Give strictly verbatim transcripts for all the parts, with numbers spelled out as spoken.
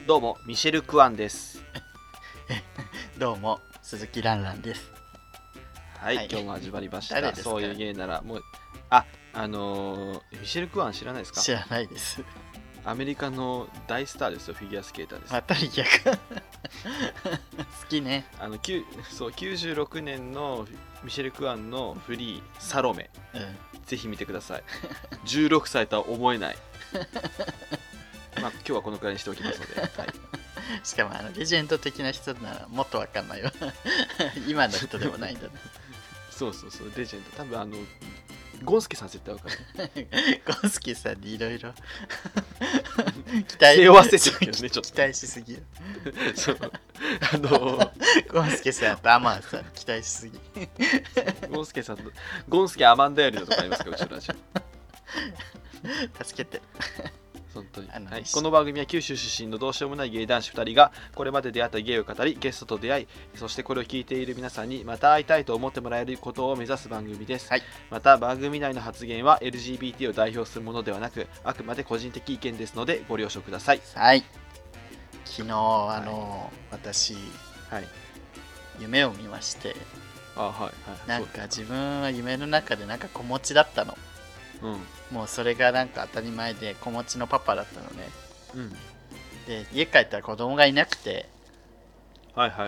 どうもミシェル・クワンです。 どうも鈴木蘭蘭です。 はい、はい、今日も始まりました。そういう芸ならもうああのー、ミシェル・クワン知らないですか？ 知らないです。 アメリカの大スターですよ。フィギュアスケーターです。 またフィギュアか好きね。 あのそうきゅうじゅうろくねんのミシェル・クワンのフリーサロメ、うん、ぜひ見てください。じゅうろくさいとは思えない。まあ、今日はこのくらいにしておきますので、はい、 しかもあのレジェンド的な人ならもっとわかんないよ。今の人でもないんだね。 そうそうそう、レジェンド。多分あのゴンスケさん絶対わかる。 ゴンスケさんにいろいろ期待背負わせてるけどね、ちょっと期待しすぎる。 そうあのゴンスケさんとアマンさん期待しすぎ。 ゴンスケさんとゴンスケアマンダよりだとかありますか、うちのラジオ。助けて。 本当に、はい、この番組は九州出身のどうしようもないゲイ男子ふたりがこれまで出会ったゲイを語り、ゲストと出会い、そしてこれを聞いている皆さんにまた会いたいと思ってもらえることを目指す番組です、はい、また番組内の発言は エルジービーティー を代表するものではなく、あくまで個人的意見ですのでご了承ください。 はい。昨日あの、はい、私、はい、夢を見まして、 あ、はいはい、 なんか自分は夢の中でなんか子持ちだったの。うん、もうそれがなんか当たり前で子持ちのパパだったのね、うん、で家帰ったら子供がいなくて、 はいはい、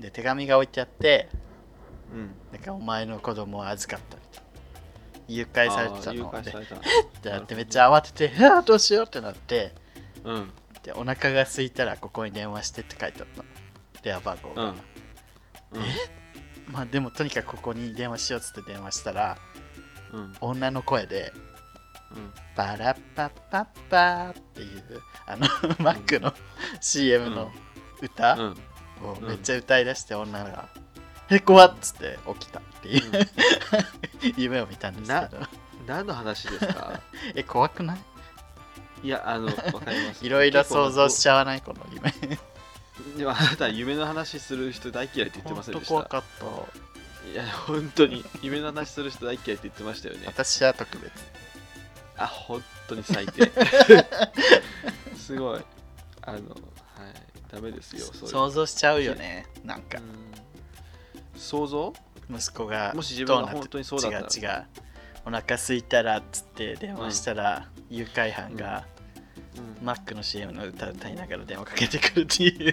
で手紙が置いてあって、うん、なんかお前の子供を預かった誘拐されてたので、ってなってめっちゃ慌てて、ああどうしようってなって、うん、でお腹が空いたらここに電話してって書いてあったの、電話番号が、うんうん、えまあでもとにかくここに電話しようっつって電話したら、うん、女の声で、うん、パラッパッパッパーっていうあのマックの シーエム の歌をめっちゃ歌い出して、女がへこわっつって起きたっていう、うん、夢を見たんですけど、 何の話ですか？ え怖くない？ いやあのわかります。 いろいろ想像しちゃわないこの夢。 でもあなた夢の話する人大嫌いって言ってませんでした？ 怖かった。 いや本当に夢の話する人大嫌いって言ってましたよね。 私は特別。 あ本当に最低。すごいあのはいダメですよ。そういう想像しちゃうよね。なんかうん想像息子がもし自分が本当にそうだったら違う違うお腹空いたらっつって電話したら、うん、誘拐犯が、うん、マックの シーエム の歌歌いながら電話かけてくるっていう。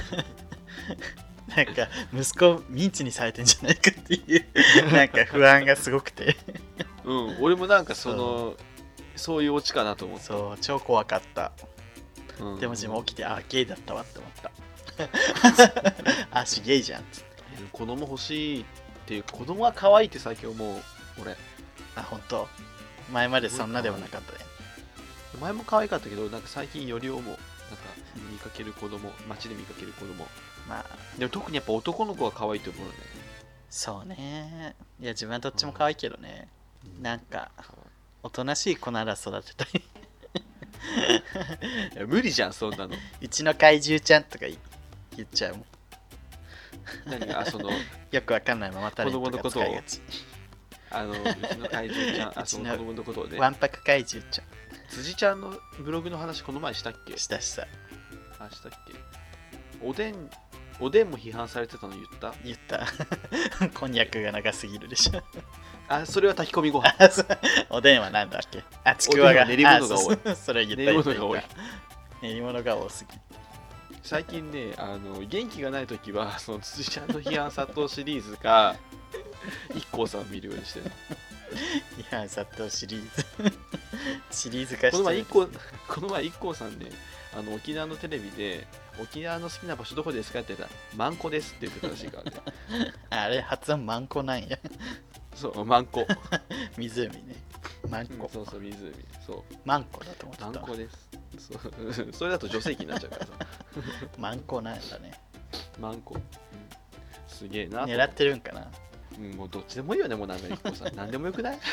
なんか息子ミンチにされてんじゃないかっていうなんか不安がすごくて。 うん、俺もなんかそのそうそういうオチかなと思った。 そう超怖かった、うん、でも自分起きてあゲイだったわって思った。あしゲイじゃんっつって。 子供欲しいっていう子供が可愛いって最近思う俺。 あ本当前までそんなではなかったね。 前も可愛かったけどなんか最近より思う。なんか見かける子供街で見かける子供まあ、でも特にやっぱ男の子が可愛いと思うね。 そうね。いや自分はどっちも可愛いけどね、うん、なんかおとなしい子なら育てたい。 いや無理じゃんそんなの。 うちの怪獣ちゃんとか言っちゃうもん。 何あそのよくわかんないままタレントが使いがち。 あのうちの怪獣ちゃんあその子供のことで、 わんぱく怪獣ちゃん。 辻ちゃんのブログの話この前したっけ？ したした。 あしたっけ？おでんおでんも批判されてたの言った？ 言った。こんにゃくが長すぎるでしょ。 あ、それは炊き込みご飯。 おでんはなんだっけ？あ、ちくわが練り物が多い。 それ言った。 練り物が多い。 練り物が多すぎ。 最近ね、あの元気がないときはその辻ちゃんの批判殺到シリーズか一 k さんを見るようにしてる。 批判殺到シリーズ。シリーズ化してる。 この前一 k この前一 k さんね、あの沖縄のテレビで。沖縄の好きな場所どこですかって言ったらマンコですって言ってたらしいからね。 あれ発音マンコなんや。 そうマンコ。 湖ね。マンコ、 うん、そうそう湖そうマンコだと思ってた。 マンコです。そうそれだと女性器になっちゃうからさ。 マンコなんだね。 マンコ、うん、すげえな。 狙ってるんかな。 うん、もうどっちでもいいよね。もうなんか一個さ何でもよくない？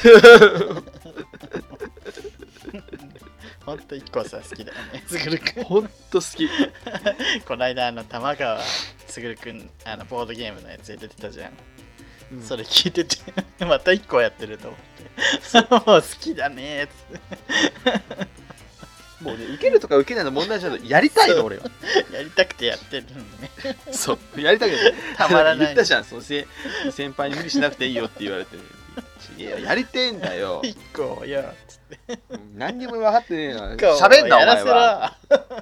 ほんと一個さ好きだよね。すぐるくんほんと好き。 この間あの玉川すぐるくんあのボードゲームのやつで出てたじゃん、うん、それ聞いててまた一個やってると思ってもう好きだねーっつって。 もうね、受けるとか受けないの問題じゃない。やりたいの俺は。 やりたくてやってるのね。 そうやりたくてたまらない。 言ったじゃん、その先輩に無理しなくていいよって言われてる。いややりてえんだよ。 一個いやつって。 何にも分かってねえな。喋んなお前は。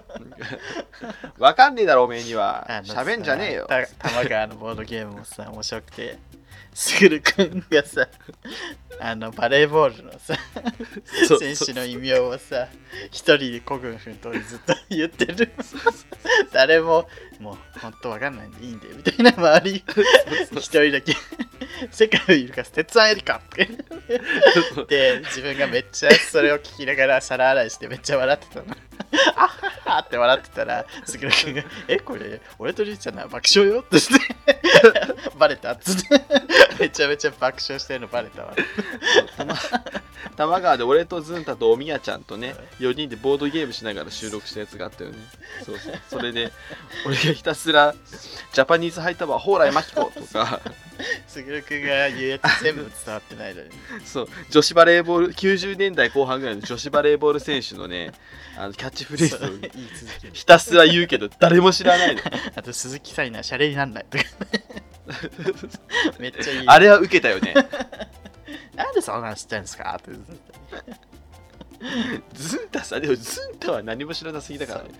分かんねえだろおめえには。喋んじゃねえよ。 玉川のボードゲームもさ面白くて、すぐるくんがさ、あのバレーボールのさ選手の異名をさ一人で古軍奮闘でずっと言ってる。誰ももう本当わかんないんでいいんでみたいな、周り一人だけ世界を揺るがす鉄腕エリカってで自分がめっちゃそれを聞きながら皿洗いしてめっちゃ笑ってたの。あっははって笑ってたらすぐるくんがえこれ俺とりーちゃんな爆笑よって言ってバレたっつってめちゃめちゃ爆笑してるのバレたわ。 玉川で俺とズンタとおみやちゃんとねよにんでボードゲームしながら収録したやつがあったよね。そうそう、それで俺がひたすらジャパニーズハイタワー蓬莱真紀子とかすぐるくんが言うやつ全部伝わってないのにそう女子バレーボールきゅうじゅうねんだいこう半ぐらいの女子バレーボール選手のねあのキャッチフレーズをひたすら言うけど誰も知らないの。 あと鈴木紗理奈シャレになんないとかめっちゃいい。 あれは受けたよね。 なんでそんなの知ってるんですかってズンタさ、でもズンタは何も知らなすぎだからね。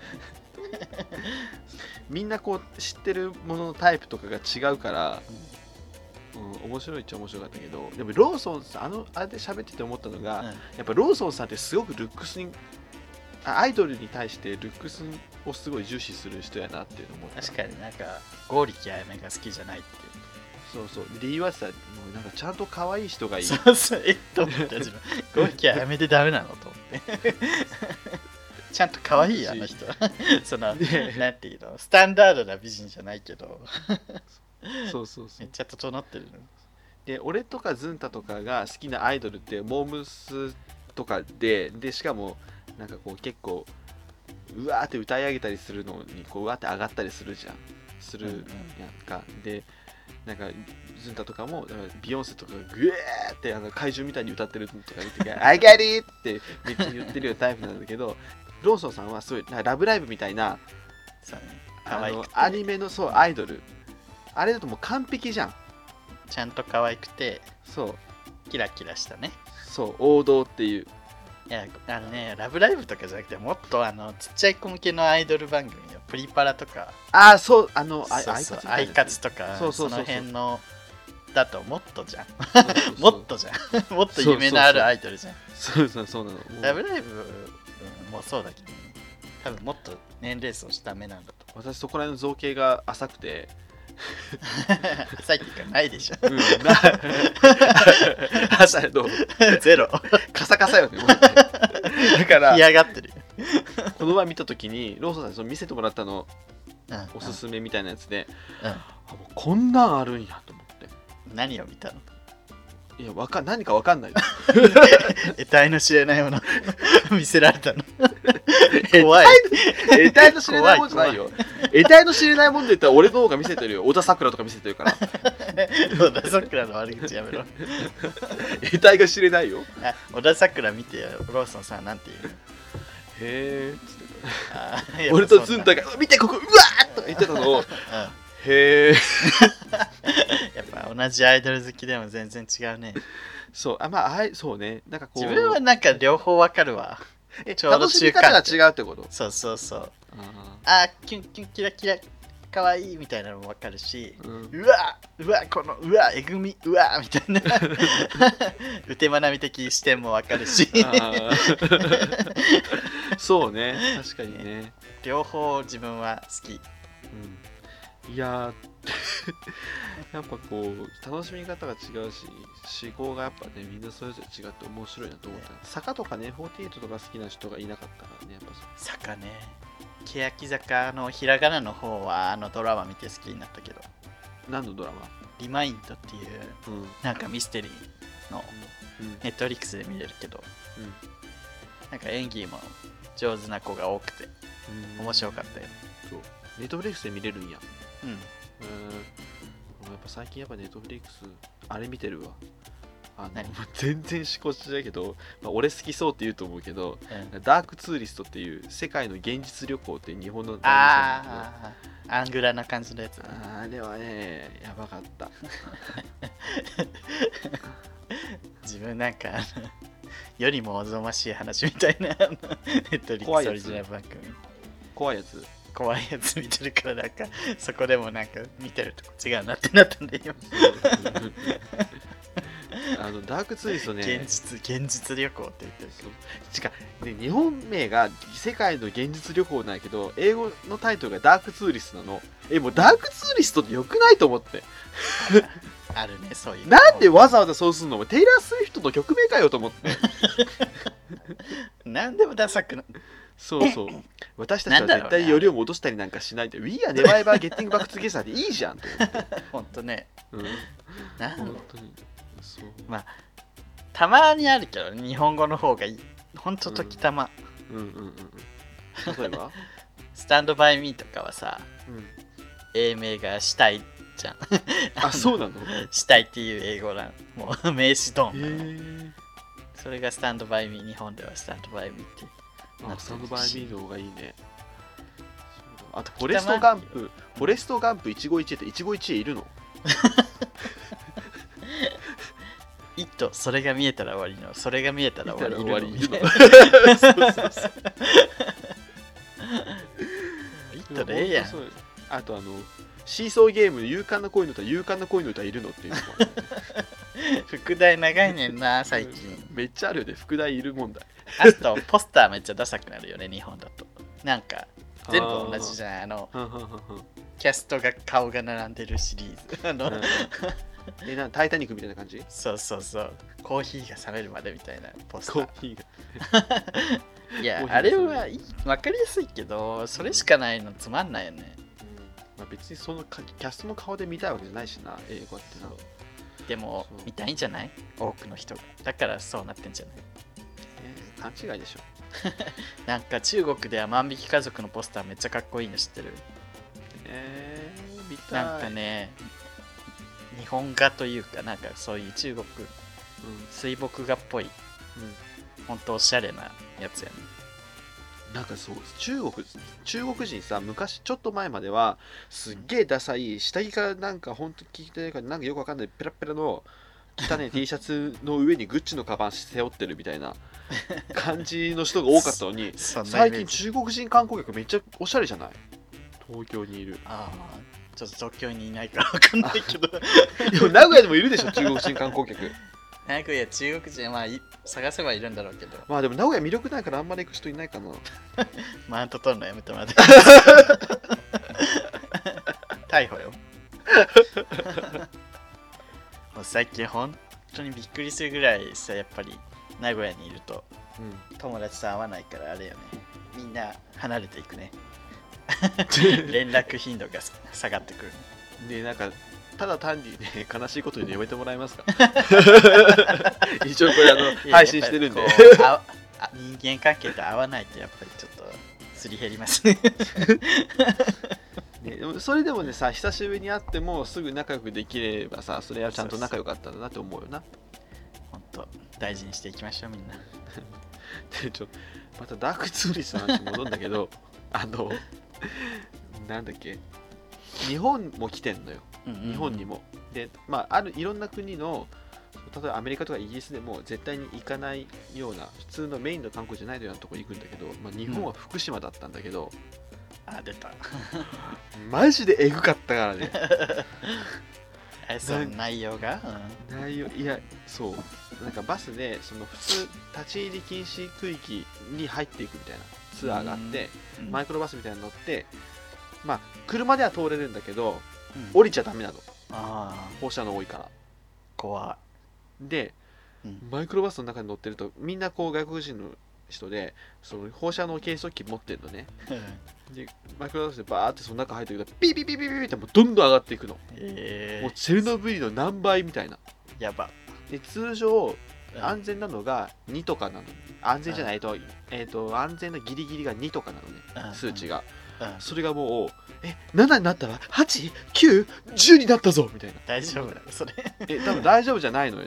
みんなこう知ってるもののタイプとかが違うから、うん、面白いっちゃ面白かったけど、でもローソンさんあのあれで喋ってて思ったのが、うん、やっぱローソンさんってすごくルックスにアイドルに対してルックスをすごい重視する人やなっていうのも。 確かになんか剛力あやめが好きじゃないっていう。 そうそう理由はさ、もうなんかちゃんと可愛い人がいい。 そうそうえっと思って自分剛力あやめでダメなのと思ってちゃんと可愛いあの人そのなんていうのスタンダードな美人じゃないけどそうそうそうめっちゃ整ってるの。 で俺とかズンタとかが好きなアイドルってモームスとかででしかもなんかこう結構うわーって歌い上げたりするのにこううわーって上がったりするじゃんするやんか、うんうん、でなんかズンタとかもビヨンセとかがグエーってあの怪獣みたいに歌ってるとか見て「I got it!」ってめっちゃ言ってるようなタイプなんだけどローソンさんはすごいラブライブみたいな、 そうね、 あのアニメのそうアイドルあれだともう完璧じゃん。 ちゃんと可愛くてそうキラキラしたね。 そう王道っていう。 いやあのねラブライブとかじゃなくてもっとあのちっちゃい子向けのアイドル番組よ。プリパラとかああそうあのアイカツとかそうそうそうそうその辺のだともっとじゃんもっとじゃんもっと夢のあるアイドルじゃん。 そうそうそうなの。 ラブライブもそうだけど多分もっと年齢層下目なんだと。 私そこら辺の造形が浅くて浅いっていうかないでしょ、 うん、な浅いどうゼロカサカサよねだから嫌がってるこの前見た時にローソンさんにその見せてもらったの、 うん、 おすすめみたいなやつで、 うん、 あもうこんなんあるんやと思って。 何を見たの。 いやわか何かわかんない得体の知れないもの見せられたの怖い。 得体の知れないもんじゃないよ。得体の知れないもんで言ったら俺の方が見せてるよ。小田桜とか見せてるから小田桜の悪口やめろ得体が知れないよ。 あ小田桜見てローソンさんなんて言うの。 へー俺とズンタが見てここうわーっとか言ってたのを、うん、へーやっぱ同じアイドル好きでも全然違うね。 そうあまああいそうねなんかこう自分はなんか両方わかるわ。 えちょうど楽しみ方が違うってこと。 そうそうそうああキュンキュンキラキラかわいいみたいなのもわかるし、うん、うわうわこのうわえぐみうわみたいなうてまなみ的視点もわかるしそうね確かにね両方自分は好き、 うん、いややっぱこう楽しみ方が違うし思考がやっぱねみんなそれぞれ違って面白いなと思った。坂とかねフォーティーエイトとか好きな人がいなかったからねやっぱ坂ね欅坂のひらがなの方はあのドラマ見て好きになったけど。 何のドラマ。 リマインドっていう、うん、なんかミステリーのネットフリックスで見れるけど、うん、なんか演技も上手な子が多くて面白かったよ。 そうネットフリックスで見れるんや。 うん。 えー、やっぱ最近やっぱネットフリックスあれ見てるわ。 あの全然思考してないけど、まあ、俺好きそうって言うと思うけど、うん、ダークツーリストっていう世界の現実旅行って日本の番組なんだけど、アングラな感じのやつ、ね、 あれはねやばかった自分なんかよりもおぞましい話みたいなネットリックスオリジナル番組怖いやつ怖いやつ見てるからなんかそこでもなんか見てるとこ違うなってなったんで今あのダークツーリストね現実現実旅行って言ってるしか、ね、日本名が世界の現実旅行なんやけど英語のタイトルがダークツーリストなの。えもうダークツーリストってよくないと思ってあるねそういう。 なんでわざわざそうするの？テイラー・スウィフトの曲名かよと思ってなんでもダサくなそうそう私たちは絶対よりを戻したりなんかしないで We are never ever getting back together でいいじゃんと思ってほんとね、うん、なん本当にそうまあたまにあるけど日本語の方がいいほんと時たま、 うん、うんうんうん例えばスタンドバイミーとかはさ、うん、英名がしたいじゃんあそうなのしたいっていう英語なんもう名詞ドンそれがスタンドバイミー日本ではスタンドバイミーってあスタンドバイミーの方がいいね。あとフォレストガンプフォレストガンプ一期一会って一期一会いるの一頭それが見えたら終わりのそれが見えたら終わり終わりいるの一頭でええやん。 あとあのシーソーゲーム勇敢な恋の歌勇敢な恋の歌いるのっていうのも副題長いねんな最近めっちゃあるよね副題いる問題あとポスターめっちゃダサくなるよね日本だとなんか全部同じじゃんあのキャストが顔が並んでるシリーズあのえなタイタニックみたいな感じそうそうそうコーヒーが冷めるまでみたいなポスターコーヒーがいやあれはいい分かりやすいけどそれしかないのつまんないよね、 うんまあ、別にそのキャストの顔で見たいわけじゃないしな英語ってなでも見たいんじゃない多くの人がだからそうなってんじゃないえー、勘違いでしょなんか中国では万引き家族のポスターめっちゃかっこいいの知ってるえー、見たいなんかね日本画というかなんかそういう中国、うん、水墨画っぽい、うん、ほんとおしゃれなやつやねなんかそう中国中国人さ昔ちょっと前まではすっげえダサい下着からなんかほんと聞いてないからなんかよくわかんないペラペラの汚い T シャツの上にグッチのカバン背負ってるみたいな感じの人が多かったのに最近中国人観光客めっちゃおしゃれじゃない東京にいるああちょっと東京にいないからわかんないけどでも名古屋でもいるでしょ中国人観光客名古屋中国人まあ探せばいるんだろうけどまあでも名古屋魅力ないからあんまり行く人いないかなマウント取るのやめてもらって逮捕よもう最近本当にびっくりするぐらいさやっぱり名古屋にいると、うん、友達と会わないからあれよねみんな離れていくね連絡頻度が下がってくるでなんかただ単にね悲しいことにやめてもらえますか一応これあの配信してるんでああ人間関係と合わないとやっぱりちょっとすり減りますねねでもそれでもねさ久しぶりに会ってもすぐ仲良くできればさそれはちゃんと仲良かったんだなって思うよな本当大事にしていきましょうみんなでちょまたダークツーリストの話戻るんだけどあのなんだっけ日本も来てんのよ、うんうんうん、日本にもで、まあ、あるいろんな国の例えばアメリカとかイギリスでも絶対に行かないような普通のメインの観光じゃないようなとこ行くんだけど、まあ、日本は福島だったんだけど、 うん、あ出たマジでエグかったからねえその内容が、 うん、内容いやそうなんかバスでその普通立ち入り禁止区域に入っていくみたいなツアーがあって、うん、マイクロバスみたいなの乗ってまあ車では通れるんだけど、うん、降りちゃダメなのあ放射能多いから怖いで、うん、マイクロバスの中に乗ってるとみんなこう外国人の人でその放射能計測器持ってるのねでマイクロバスでバーってその中入っていくとピーピーピーピーピーってもうどんどん上がっていくの、えー、もうチェルノブイリの何倍みたいなやばで通常安全なのがにとかなの安全じゃないと、えーと安全のギリギリがにとかなのね数値がそれがもうえななになったら はち?きゅう?じゅう になったぞみたいな大丈夫だそれえ多分大丈夫じゃないのよね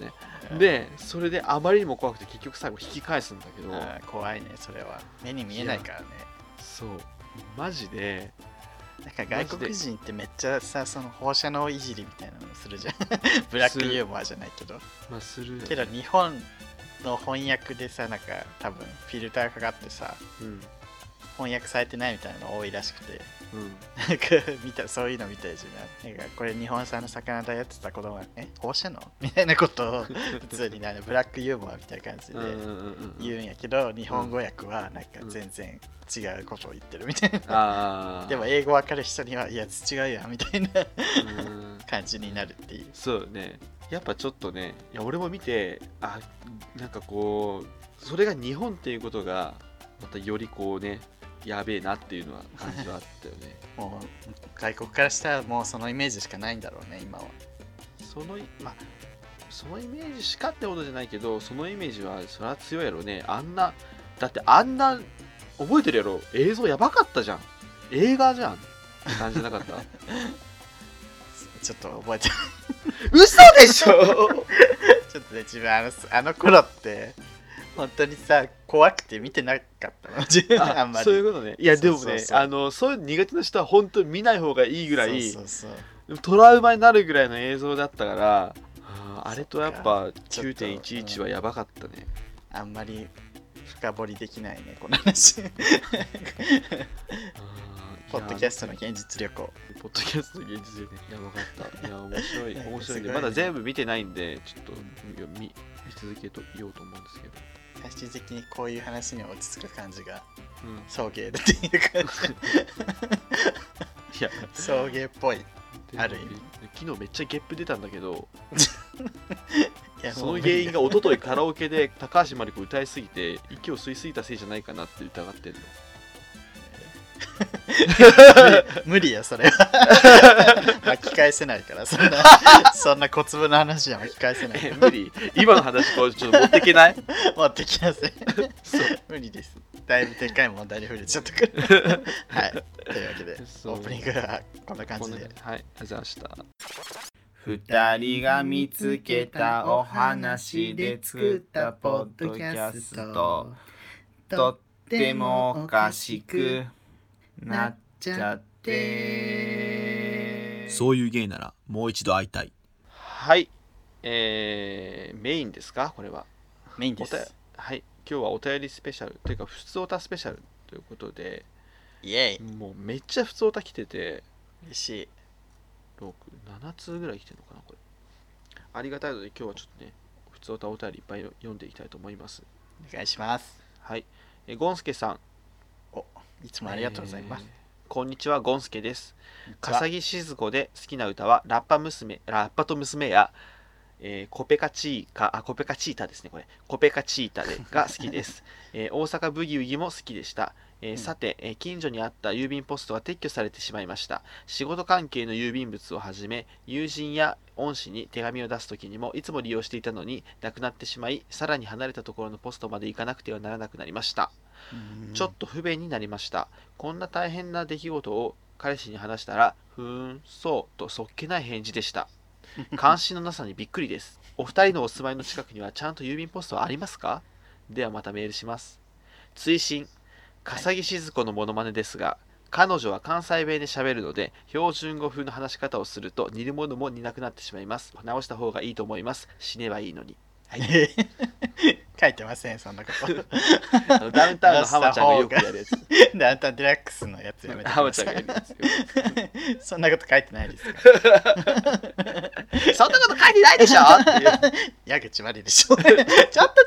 でそれであまりにも怖くて結局最後引き返すんだけど、 怖いねそれは。目に見えないからね。 そうマジでなんか外国人ってめっちゃさその放射能いじりみたいなのするじゃんブラックユーモアじゃないけど、 まあ、するよね、 けど日本の翻訳でさなんか多分フィルターかかってさ、うん、翻訳されてないみたいなの多いらしくて、うん、なんか見たそういうの見たいじゃん。なんかこれ日本産の魚だよって言った子供がえ放射能みたいなことを普通になブラックユーモアみたいな感じで言うんやけど、日本語訳はなんか全然違うことを言ってるみたいな、うん、でも英語わかる人にはいや違うやんみたいな感じになるっていう。 そうね、やっぱちょっとね、いや俺も見てあなんかこうそれが日本っていうことがまたよりこうねやべえなっていうのは感じはあったよねもう外国からしたらもうそのイメージしかないんだろうね今は。 そのまあそのイメージしかってことじゃないけど、そのイメージはそれは強いやろうね。あんなだってあんな覚えてるやろ、映像やばかったじゃん、映画じゃんって感じじゃなかったちょっと覚えてない嘘でしょちょっとね自分あのあの頃って本当にさ怖くて見てなかったの自分あんまり。 そういうことね。いやでもね、そうそうそう、あのそういう苦手な人は本当に見ない方がいいぐらいそうそうそうトラウマになるぐらいの映像だったから、あ, あれとやっぱ きゅうてんいちいち はやばかったね、 うん、あんまり深掘りできないねこの話ポッドキャストの現実旅行ポッドキャストの現実旅行ね、やばかった。いや面白い面白いんで、ね、まだ全部見てないんでちょっと見, 見続けとようと思うんですけど、 最終的にこういう話に落ち着く感じが、うん、送迎っていう感じいや送迎っぽいある意味。 昨日めっちゃゲップ出たんだけどいやその原因が一昨日カラオケで高橋真理子歌いすぎて息を吸いすぎたせいじゃないかなって疑ってんの無理やそれは巻き返せないからそんなそんな小粒の話じゃ巻き返せないえ無理。今の話こうちょっと持っていけない持ってきなさい無理です。だいぶでっかい問題に触れちゃったからはいというわけでオープニングはこんな感じで、はい、 ありがとうございました。 二人が見つけたお話で作ったポッドキャスト、とってもおかしくなっちゃって、 そういうゲイならもう一度会いたい。 はい、えー、メインですかこれは。 メインです。 はい、今日はお便りスペシャルというか普通オタスペシャルということで、 イエイ、 もうめっちゃ普通オタ来てて嬉しい。 ろく、ななつぐらい来てるのかなこれ。ありがたいので今日はちょっとね普通オタお便りいっぱい読んでいきたいと思います。 お願いします。 はい、えゴンスケさん、 おいつもありがとうございます。えー、 こんにちは、ゴンスケです。笠木静子で好きな歌はラッパ娘、ラッパと娘や、えー、コペカチーカ、あ、コペカチータですね、これ。コペカチータでが好きです。えー、大阪ブギウギも好きでした。えー、さて、えー、近所にあった郵便ポストが撤去されてしまいました。仕事関係の郵便物をはじめ、友人や恩師に手紙を出すときにもいつも利用していたのになくなってしまい、さらに離れたところのポストまで行かなくてはならなくなりました。ちょっと不便になりました。こんな大変な出来事を彼氏に話したら、ふーん、そうとそっけない返事でした。関心のなさにびっくりです。お二人のお住まいの近くにはちゃんと郵便ポストはありますか？ではまたメールします。追伸、笠木静子のモノマネですが、彼女は関西弁で喋るので標準語風の話し方をすると似るものも似なくなってしまいます。直した方がいいと思います。死ねばいいのに。はい、 書いてませんそんなことあのダウンタウンの浜ちゃんがよくやるやつダウンタウンデラックスのやつやめてください。 浜ちゃんがやるやつよそんなこと書いてないですからそんなこと書いてないでしょっていう矢口まりでしょちょっとちょっ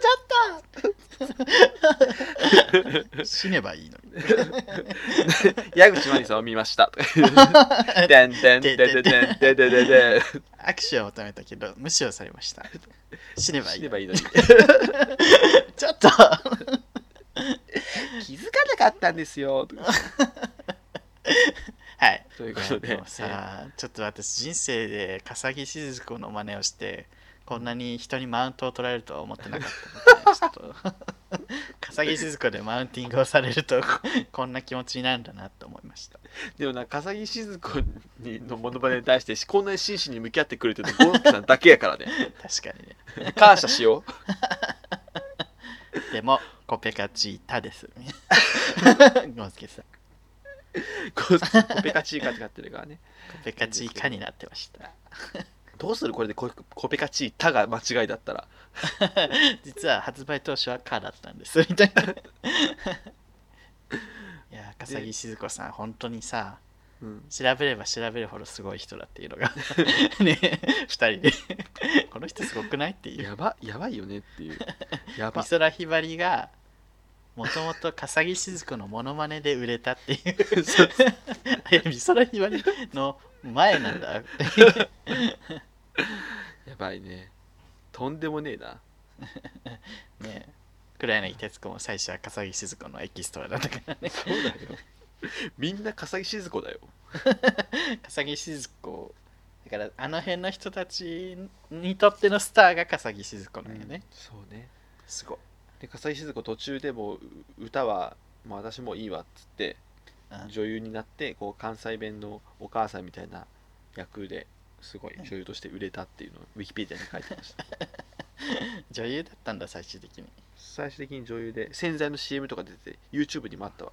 と死ねばいいのに矢口まりさんを見ましたでんでんでんでんでんでんでんでんでん握手を求めたけど無視をされました。死ねばいいのにちょっと気づかなかったんですよはいということで、 でもさ、ちょっと私人生で笠木静子の真似をしてこんなに人にマウントを取られるとは思ってなかったのでちょっと笠木静子でマウンティングをされるとこんな気持ちになるんだなと思いました。 でもな、笠木静子にのモノマネに対してこんなに真摯に向き合ってくれてるのゴンスケさんだけやからね。 確かにね。 感謝しよう。でもコペカチータですゴンスケさん。 コペカチーカって買ってるからね。 コペカチーカになってました。 どうするこれでココペカチータが間違いだったら。 実は発売当初はカだったんですみたいな。いや笠木静子さん本当にさ、うん、調べれば調べるほどすごい人だっていうのがねふたりでこの人すごくないっていう。 やばやばいよねっていう。やば。 美空ひばりがもともと笠木静子のモノマネで売れたっていう。美空ひばりの前なんだっていう。 やばいね。とんでもねえな。 ねえ、黒柳徹子も最初は笠木静子のエキストラだったからね。 そうだよ。みんな笠木静子だよ。 笠木静子だからあの辺の人たちにとってのスターが笠木静子なんよね、うん、 そうね。 すごい。 で笠木静子途中でも歌は、まあ、私もういいわっつって、うん、女優になってこう関西弁のお母さんみたいな役ですごい女優として売れたっていうのをウィキペディアに書いてました。 女優だったんだ最終的に。 最終的に女優で洗剤の シーエム とか出て YouTube にもあったわ。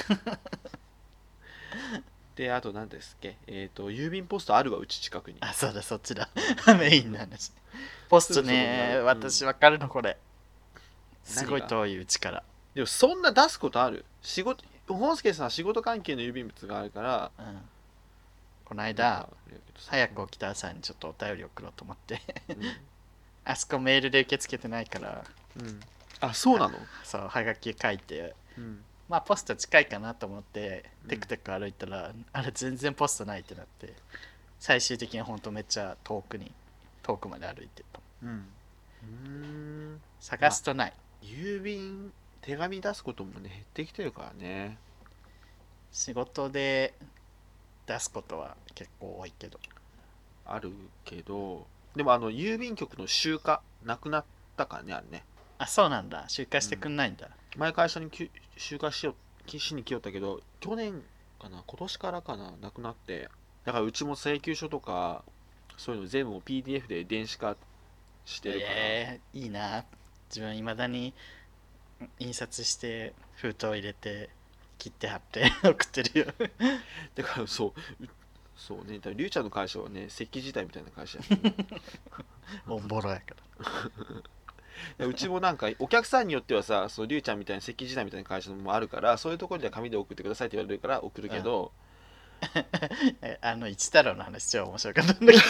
であと何ですっけ、えっ、ー、と郵便ポストあるわうち近くに。 あそうだそっちだメインの話。ポストね、うん、私分かるのこれすごい遠いうちから。 でもそんな出すことある？仕事本助さんは仕事関係の郵便物があるから、うん、 この間早く起きた朝にちょっとお便り送ろうと思って、うん、あそこメールで受け付けてないから、 うん、あそうなの？ そうはがき書いて、うん、まあポスト近いかなと思ってテクテク歩いたら、うん、あれ全然ポストないってなって最終的にほんとめっちゃ遠くに遠くまで歩いてた、うん、うーん探すとない、 まあ、郵便手紙出すこともね減ってきてるからね。 仕事で出すことは結構多いけどあるけどでもあの郵便局の集荷なくなったからねあれね。 あそうなんだ集荷してくんないんだ、 うん、前会社に集荷しようしに来よったけど去年かな今年からかななくなって、だからうちも請求書とかそういうの全部 ピーディーエフ で電子化してるから、 えー、いいな。自分いまだに印刷して封筒入れて切って貼って送ってるよ。 だからそうそうね、だからりゅうちゃんの会社はね石器時代みたいな会社やおもろやからうちもなんかお客さんによってはさそうりゅうちゃんみたいな石器時代みたいな会社もあるからそういうところでは紙で送ってくださいって言われるから送るけど、 うん、あの一太郎の話超面白かったんだけど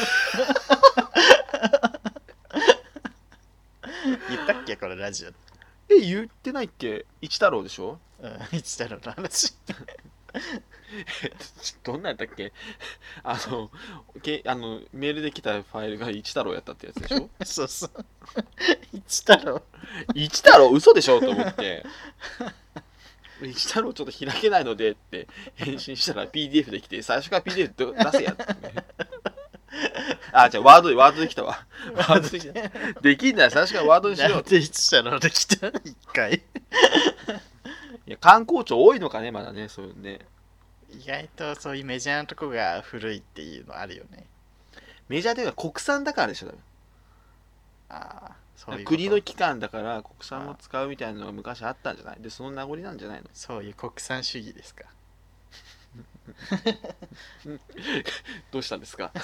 言ったっけこれラジオ。 え言ってないっけ？一太郎でしょ？ うん、一太郎の話どんなんやったっけ？あのけあのメールで来たファイルが一太郎やったってやつでしょ？ そうそう一太郎一太郎嘘でしょと思って一太郎ちょっと開けないのでって返信したら ピーディーエフ できて最初から ピーディーエフ 出せやって、ね、あじゃあワードでワードできたわワードできたできんなら最初からワードにしようって一太郎できた一回いや観光庁多いのかねまだねそういうね。 意外とそういうメジャーなとこが古いっていうのあるよね。 メジャーというか国産だからでしょ。 ああそういう国の機関だから国産を使うみたいなのが昔あったんじゃない？でその名残なんじゃないの？ そういう国産主義ですかどうしたんですか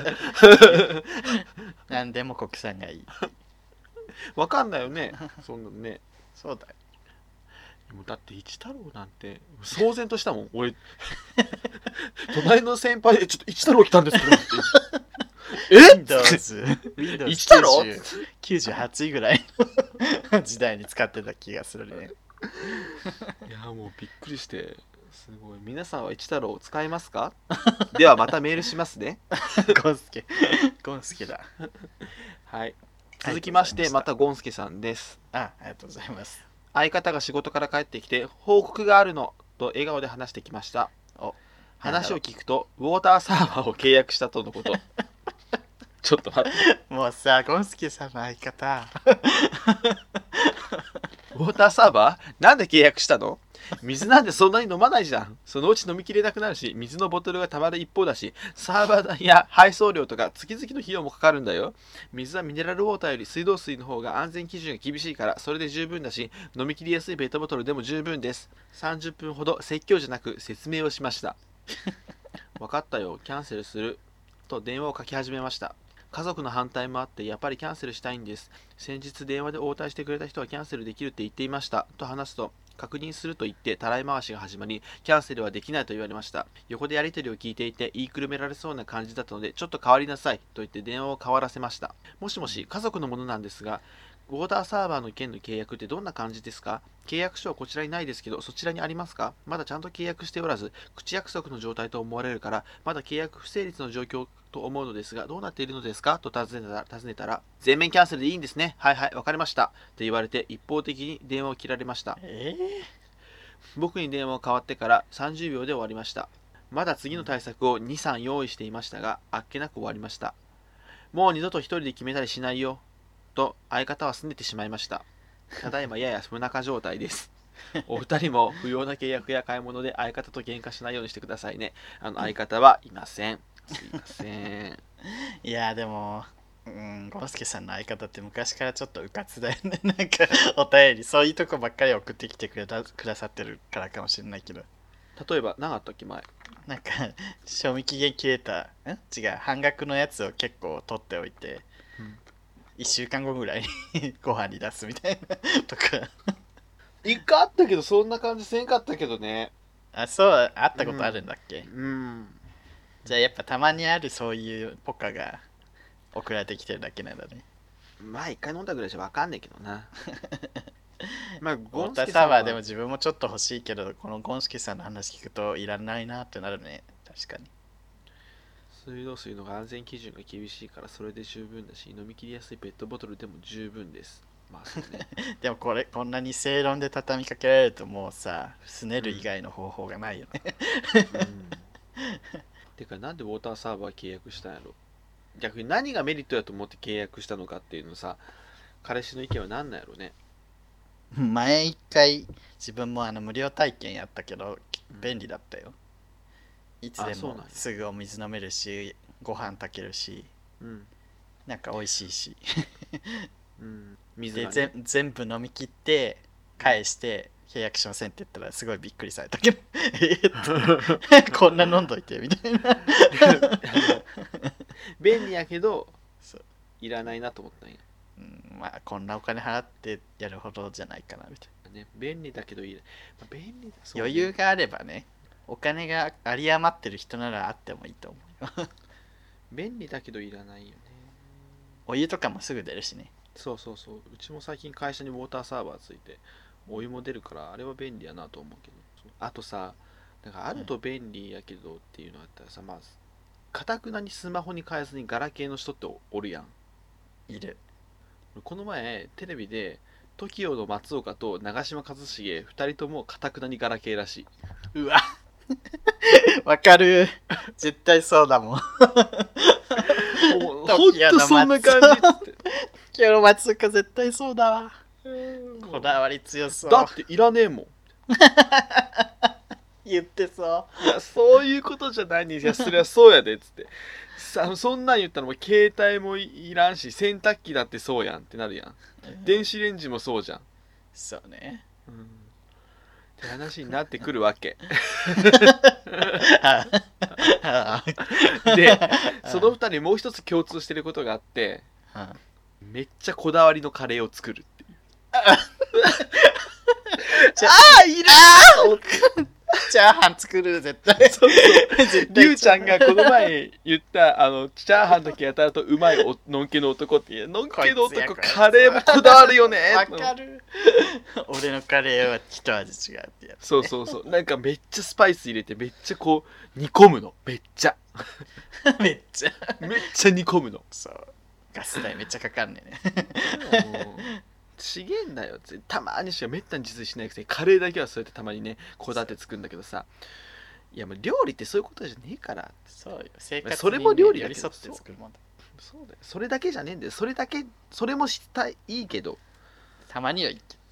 何でも国産がいいわかんないよねそんなのね。 そうだよ。 だって一太郎なんて騒然としたもん俺隣の先輩でちょっと一太郎来たんですけどってえ Windows 一太郎きゅうじゅうはちぐらいの時代に使ってた気がするねいやもうびっくりしてすごい。皆さんは一太郎を使いますか？ではまたメールしますねゴンスケゴンスケだはい続きましてまたゴンスケさんです。 あありがとうございます。 相方が仕事から帰ってきて報告があるのと笑顔で話してきました。お話を聞くとウォーターサーバーを契約したとのことちょっと待ってもうさゴンスケさんの相方ウォーターサーバーなんで契約したの？水なんてそんなに飲まないじゃん。そのうち飲みきれなくなるし、水のボトルがたまる一方だし、サーバー代や配送料とか月々の費用もかかるんだよ。水はミネラルウォーターより水道水の方が安全基準が厳しいから、それで十分だし、飲みきりやすいペットボトルでも十分です。さんじゅっぷんほど説教じゃなく説明をしました。分かったよ、キャンセルする。と電話をかけ始めました。家族の反対もあってやっぱりキャンセルしたいんです。先日電話で応対してくれた人はキャンセルできるって言っていましたと話すと、確認すると言ってたらい回しが始まり、キャンセルはできないと言われました。横でやり取りを聞いていて言いくるめられそうな感じだったので、ちょっと変わりなさいと言って電話を変わらせました。もしもし、家族のものなんですが、ウォーターサーバーの件の契約ってどんな感じですか？契約書はこちらにないですけど、そちらにありますか？まだちゃんと契約しておらず、口約束の状態と思われるから、まだ契約不成立の状況と思うのですが、どうなっているのですかと尋ねたら、尋ねたら全面キャンセルでいいんですね。はいはい、わかりました。と言われて、一方的に電話を切られました。 えー、 僕に電話を代わってからさんじゅうびょうで終わりました。まだ次の対策をに、さん用意していましたが、あっけなく終わりました。もう二度と一人で決めたりしないよ。と相方は拗ねてしまいました。ただいまやや不仲状態です。お二人も不要な契約や買い物で相方と喧嘩しないようにしてくださいね。あの相方はいません。すいません。 いやでも、うん、ゴンスケさんの相方って昔からちょっとうかつだよね。なんかお便りそういうとこばっかり送ってきてくれたくださってるからかもしれないけど。 例えば何あったっけ前。 なんか賞味期限切れたん違う半額のやつを結構取っておいて、うん、いっしゅうかんごぐらいにご飯に出すみたいなとか。 一回あったけどそんな感じせんかったけどね。 あ、そうあったことあるんだっけ？ うん、うん、 じゃあやっぱたまにあるそういうポカが送られてきてるだけなんだね。 まあ一回飲んだぐらいじゃ分かんないけどな。 まあゴンスケサーバーでも自分もちょっと欲しいけど、このゴンスケさんの話聞くといらないなってなるね。確かに。 水道水の安全基準が厳しいからそれで十分だし、飲み切りやすいペットボトルでも十分です。まあそうね。 でもこれこんなに正論で畳みかけられるともうさ、すねる以外の方法がないよね。うんうん、 てかなんでウォーターサーバー契約したんやろ。逆に何がメリットだと思って契約したのかっていうのさ、彼氏の意見は何なんやろね。 前一回自分もあの無料体験やったけど便利だったよ。いつでもすぐお水飲めるし、ご飯炊けるし、うん、なんか美味しいし、うん、水がね、で全部飲み切って返して契約しませんって言ったらすごいびっくりされたけどえっとこんな飲んどいてみたいな便利やけどいらないなと思ったんや。 うん、まあこんなお金払ってやるほどじゃないかなみたいな、ね、便利だけどいい、まあ、便利だそう、ね、余裕があればね、お金が有り余ってる人ならあってもいいと思うよ便利だけどいらないよね。 お湯とかもすぐ出るしね。 そうそうそう、うちも最近会社にウォーターサーバーついてお湯も出るからあれは便利やなと思うけど、あとさ、なんかあると便利やけどっていうのあったらさ、まあかたくなにスマホに変えずにガラケーの人っておるやん。 いる。 この前テレビで トキオ の松岡と長嶋一茂ふたりともかたくなにガラケーらしい。 うわわかる、絶対そうだもんほんとそんな感じっつって。 今日の松岡絶対そうだわ。こだわり強そう。 だっていらねえもん言ってそう。 いやそういうことじゃないに、いやそれはそうやでっつってさ、そんなん言ったらもう携帯もいらんし洗濯機だってそうやんってなるやん、えー、電子レンジもそうじゃん。 そうね、うん、 って話になってくるわけでそのふたりもう一つ共通してることがあって、めっちゃこだわりのカレーを作るっていう。ああいるチャーハン作る絶対。そうそうりゅうちゃんがこの前言ったあのチャーハンだけやたらとうまいおのんけの男っていう、のんけの男カレーもこだわるよね。 わかる俺のカレーは一味違うってやつ、ね、 そうそうそう、なんかめっちゃスパイス入れてめっちゃこう煮込むの、めっちゃめっちゃめっちゃ煮込むの。 そうガス代めっちゃかかんねえねちげんだよ、たまにしかめったに自炊しないくせにカレーだけはそうやってたまにねこだわって作るんだけどさ、いやもう料理ってそういうことじゃねえから。 そうよ、生活にそれも料理だけど、 寄り添って作るもんだ。 そうだよ、それだけじゃねえんだよ。それだけそれもしたいいいけど、 たまにはいい。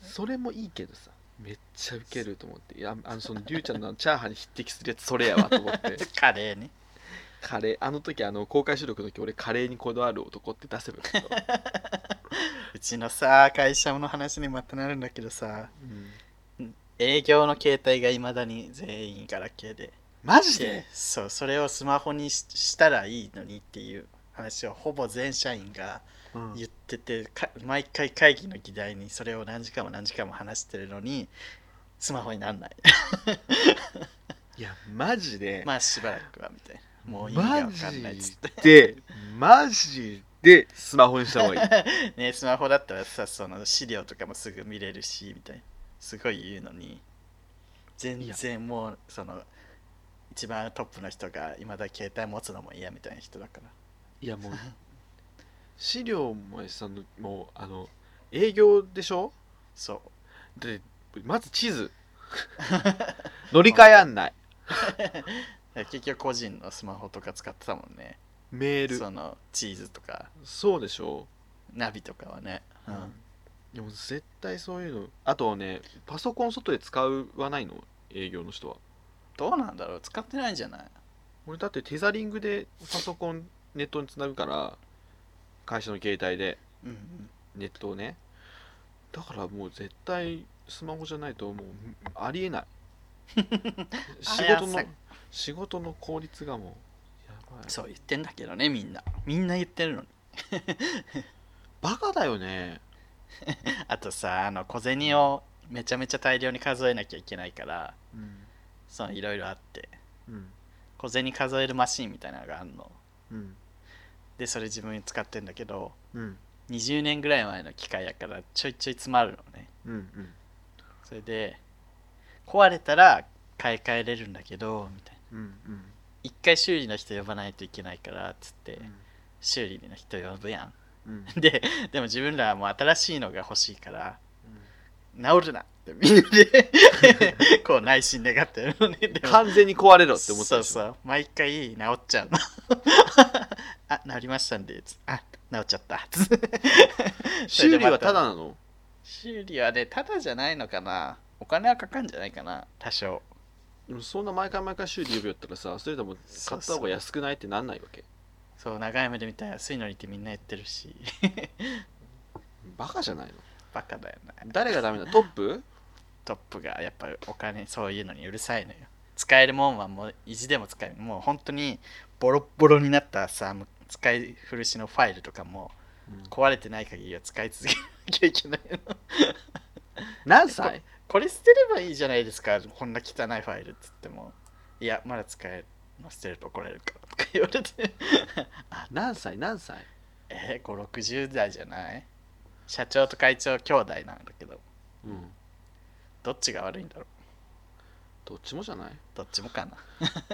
それもいいけどさ、めっちゃウケると思って、いやあのそのりゅうちゃんのチャーハンに匹敵するやつそれやわと思ってカレーね。 カレー、あの時あの公開収録の時俺カレーにこだわる男って出せばよかったうちのさ会社の話にまたなるんだけどさ、 うん、 営業の携帯がいまだに全員ガラケーで、 マジでそう、それをスマホに し, したらいいのにっていう話をほぼ全社員が言ってて、うん、毎回会議の議題にそれを何時間も何時間も話してるのにスマホになんないいやマジでまあしばらくはみたいな、もう意味が分かんないっつってでマジでスマホにした方がいいね。スマホだったらさ、その資料とかもすぐ見れるしみたいなすごい言うのに、全然もうその一番トップの人が今だ携帯持つのも嫌みたいな人だから。 いやもう資料もさ、もうあの営業でしょ。 そうでまず地図乗り換え案内結局個人のスマホとか使ってたもんね。 メール、 そのチーズとかそうでしょ、 ナビとかはね、うん、 でも絶対そういうの。あとね、パソコン外で使わないの営業の人は。 どうなんだろう、使ってないんじゃない。 俺だってテザリングでパソコンネットにつなぐから、会社の携帯でネットをね、だからもう絶対スマホじゃないともうありえない仕事の仕事の効率がもうやばい。 そう言ってんだけどね、みんなみんな言ってるのにバカだよねあとさ、あの小銭をめちゃめちゃ大量に数えなきゃいけないから、うん、そのいろいろあって、うん、小銭数えるマシーンみたいなのがあるの、うん、でそれ自分に使ってんだけど、うん、にじゅうねんぐらい前の機械やからちょいちょい詰まるのね、うんうん、それで壊れたら買い替えれるんだけどみたいな、うんうん、一回修理の人呼ばないといけないからっつって、うん、修理の人呼ぶやん、うん、で, でも自分らはもう新しいのが欲しいから、うん、治るなってみんなでこう内心願ってるのね。 完全に壊れろって思ってる。 そうそう、毎回治っちゃうのあ、治りましたんで、あ、治っちゃった修理はただなの？ 修理はね、ただじゃないのかな。お金はかかるんじゃないかな、多少。 でもそんな毎回毎回修理呼びよったらさ、それとも買った方が安くないってなんないわけ？ そう、長い目で見たら安いのにってみんな言ってるしバカじゃないの？ バカだよね。 誰がダメだ？トップ？ トップがやっぱお金、そういうのにうるさいのよ。使えるもんはもう意地でも使える。もう本当にボロッボロになったさ、使い古しのファイルとかも、うん、壊れてない限りは使い続けなきゃいけないの何歳？こ, これ捨てればいいじゃないですか、こんな汚いファイルって言っても、いやまだ使えるの捨てると怒られるからとか言われてあ、何歳何歳？ えー、ごじゅうろくじゅう代じゃない？社長と会長兄弟なんだけど、うん、どっちが悪いんだろう。 どっちもじゃない？ どっちもかな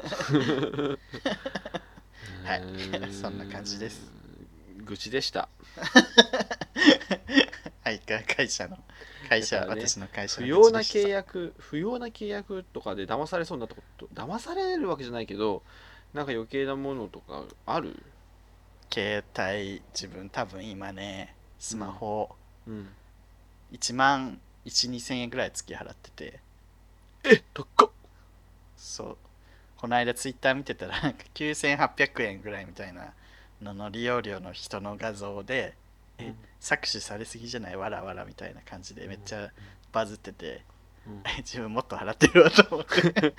はいそんな感じです。 愚痴でしたはい会社の会社、ね、私の会社の不要な契約不要な契約とかで騙されそうになったこと、騙されるわけじゃないけどなんか余計なものとかある？ 携帯自分多分今ねスマホ、 うんうん、 いちまんせんにせんえんぐらい月払ってて、 え高っ。 そうこの間ツイッター見てたらなんかきゅうせんはっぴゃくえんぐらいみたいなのの利用料の人の画像で、うん、え搾取されすぎじゃないわらわらみたいな感じでめっちゃバズってて、うん、自分もっと払ってるわと思って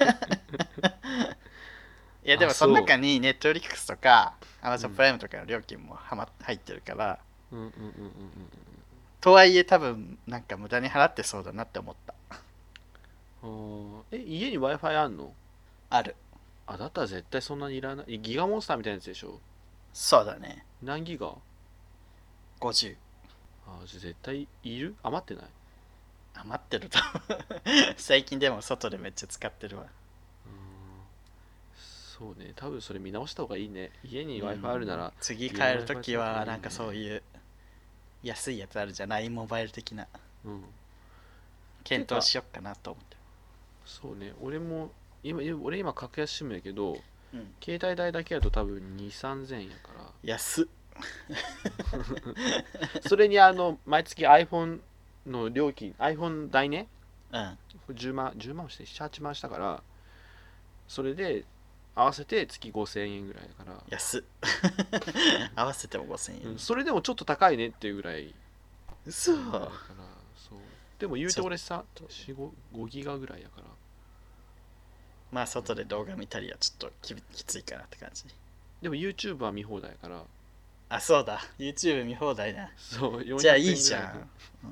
いやでもその中にネットフリックスとか Amazon プライムとかの料金もは、ま、入ってるから、うんうんうんうんうん、とはいえ多分なんか無駄に払ってそうだなって思った。 え家に Wi-Fi あんの？ ある。 あ、だったら絶対そんなにいらない。ギガモンスターみたいなやつでしょ？ そうだね。 何ギガ？ ごじゅう。 あ、じゃあ絶対いる？余ってない？ 余ってると最近でも外でめっちゃ使ってるわ。うん、 そうね、多分それ見直した方がいいね。家に Wi-Fi あるなら、うん、 次帰るときはなんかそういう安いやつあるじゃない、モバイル的な、うん、検討しよっかなと思って。 そうね、俺も今俺今格安シムやけど、うん、携帯代だけやと多分にせんさんぜんえんやから安っそれにあの毎月 iPhone の料金 iPhone 代ね、 うん、 じゅうまんじゅうまんしてななはちまんしたから、それで合わせて月ごせんえんぐらいだから、 安っ合わせてもごせんえん、 うん、それでもちょっと高いねっていうぐらい。 嘘だからそうでも言うて俺さごギガぐらいやから、 まあ外で動画見たりはちょっと き, きついかなって感じ。 でも YouTube は見放題やから。 あ、そうだ YouTube 見放題な。 そうじゃあいいじゃん、うん、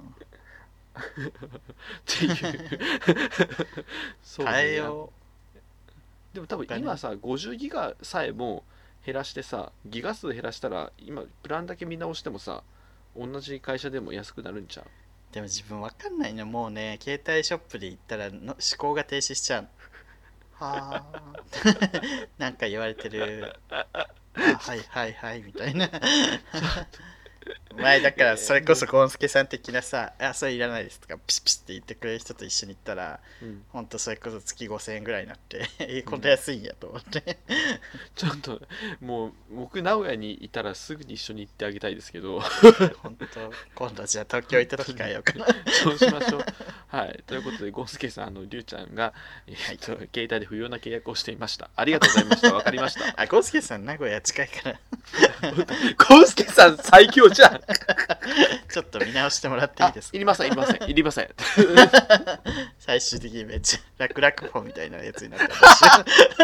っていうそう変えよう。でも多分今さごじゅうギガさえも減らしてさ、ギガ数減らしたら今プランだけ見直してもさ、同じ会社でも安くなるんちゃう。 でも自分わかんないの、もうね携帯ショップで行ったらの思考が停止しちゃうはあなんか言われてる、あはいはいはいみたいな前だからそれこそゴンスケさん的なさ、あそれいらないですとかピシピシって言ってくれる人と一緒に行ったら、うん、ほんとそれこそ月ごせんえんぐらいになってえこんな安いんやと思って、うん、 ちょっともう僕名古屋にいたらすぐに一緒に行ってあげたいですけど本当今度じゃあ東京行った時変えようかなそうしましょう。はいということでゴンスケさん、あのりゅうちゃんが、えー、っと、はい、携帯で不要な契約をしていました。ありがとうございました。わかりました。 あゴンスケさん名古屋近いからゴンスケさん最強じゃんちょっと見直してもらっていいですか。 いりませんいりませんいりません最終的にめっちゃ楽々フォみたいなやつになったら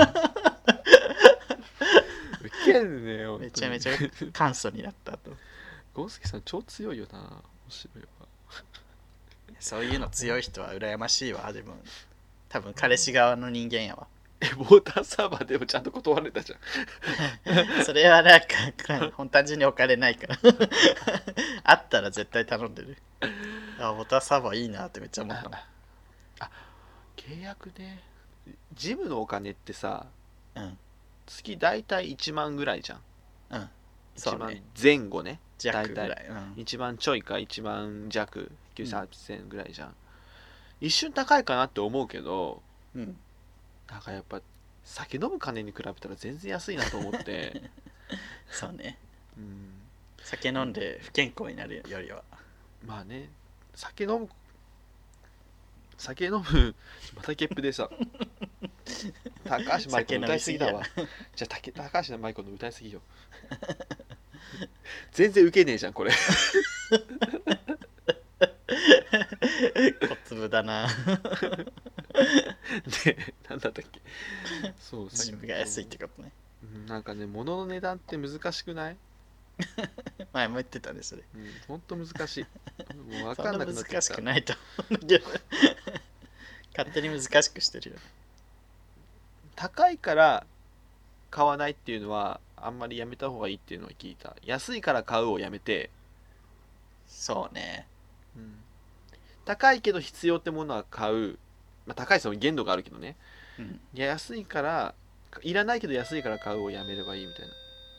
ウケるね。 めちゃめちゃ簡素になったと。 ゴンスケさん超強いよな。面白いわ。 そういうの強い人は羨ましいわ。でも多分彼氏側の人間やわ。 え、ウォーターサーバーでもちゃんと断れたじゃんそれはなんか本単純にお金ないからあったら絶対頼んでる。あ、ウォーターサーバーいいなってめっちゃ思った。 あ、契約ね。ジムのお金ってさ、うん、月だいたいいちまんぐらいじゃん。うん、そうね、いちまんぜん後ね。 弱ぐらい、 うん、いちまんちょいかいちまん弱きゅうせんはっせんえんぐらいじゃん、うん、一瞬高いかなって思うけど、うん、なんかやっぱ酒飲む金に比べたら全然安いなと思ってそうね、うん、酒飲んで不健康になるよりはまあね、酒飲む酒飲むまたゲップでさ高橋舞子の歌いすぎだわじゃあ高橋舞子の歌いすぎよ全然ウケねえじゃんこれ小粒だなで、なんだったっけ。 そう、ジムが安いってことね。 なんかね、物の値段って難しくない前も言ってたね、それ。 うん、ほんと難しい。 もう分かんなくなってきた。そんな難しくないと思うんだけど勝手に難しくしてるよ。 高いから買わないっていうのはあんまりやめた方がいいっていうのを聞いた。安いから買うをやめて。 そうね、 うん、高いけど必要ってものは買う、まあ、高いその限度があるけどね、うん、安いからいらないけど安いから買うをやめればいいみたい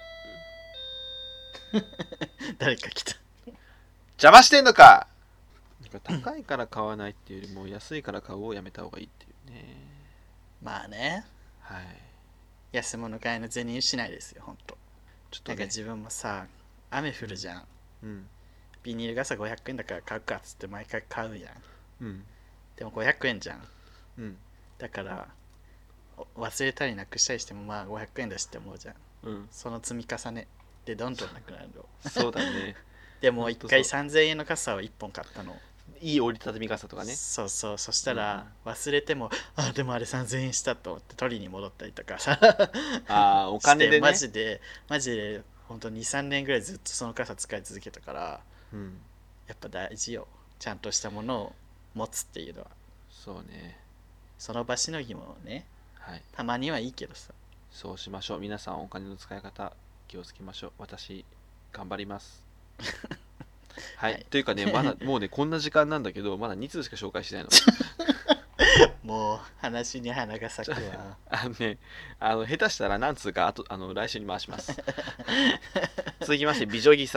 な、うん、誰か来た邪魔してんのか。なんか高いから買わないっていうよりも安いから買うをやめた方がいいっていうね。 まあね、はい、安物買いの銭しないですよほんと。ちょっと、ね、なんか自分もさ雨降るじゃん、うん、ビニール傘ごひゃくえんだから買うかっつって毎回買うやん、うん、でもごひゃくえんじゃん、うん、だから忘れたりなくしたりしてもまあごひゃくえんだしって思うじゃん、うん、その積み重ねでどんどんなくなるのそうだねでもいっかいさんぜんえんの傘をいっぽん買ったの。 いい折りたたみ傘とかね。 そうそう、そしたら忘れても、うん、あでもあれさんぜんえんしたと思って取りに戻ったりとかさあお金でね、 マジでマジでほんと にさんねんぐらいずっとその傘使い続けたから、うん、やっぱ大事よ、ちゃんとしたものを持つっていうのは。 そうね、 その場しのぎもね、はい、たまにはいいけどさ。 そうしましょう。皆さんお金の使い方気をつけましょう。私頑張りますはい、はい、というかね、まだもうねこんな時間なんだけどまだに通しか紹介しないのもう話に花が咲くわあのね、あの下手したら何通かあとあの来週に回します続きまして美女木さん、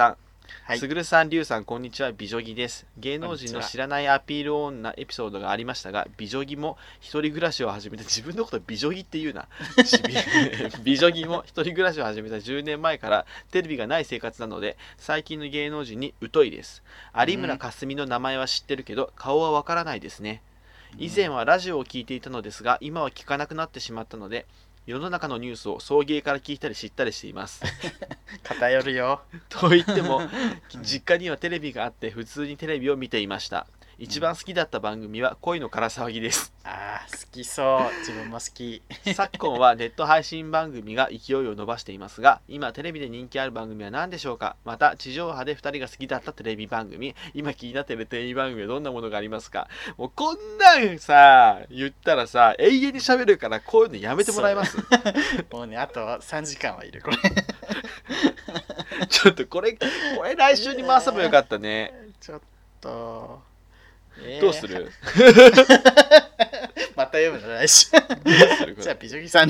はい、すぐるさん、りゅうさん、こんにちは。美女木です。芸能人の知らないアピール女エピソードがありましたが、美女木も一人暮らしを始めて、自分のこと美女木って言うな。美女木も一人暮らしを始めたじゅうねんまえからテレビがない生活なので、最近の芸能人に疎いです。有村架純の名前は知ってるけど、顔はわからないですね。以前はラジオを聞いていたのですが、今は聞かなくなってしまったので、世の中のニュースを送迎から聞いたり知ったりしています。 偏るよ。 と言っても実家にはテレビがあって普通にテレビを見ていました。一番好きだった番組は恋のから騒ぎです。 ああ、好きそう。自分も好き。 昨今はネット配信番組が勢いを伸ばしていますが、今テレビで人気ある番組は何でしょうか。また地上波でふたりが好きだったテレビ番組、今気になっているテレビ番組はどんなものがありますか。もうこんなんさ言ったらさ永遠に喋るから、こういうのやめてもらえます。 もうね、あとさんじかんはいるこれ。 ちょっとこれこれ来週に回せばよかったね。 ちょっとえー、どうするまた読むの来週。じゃあ美女木さんです。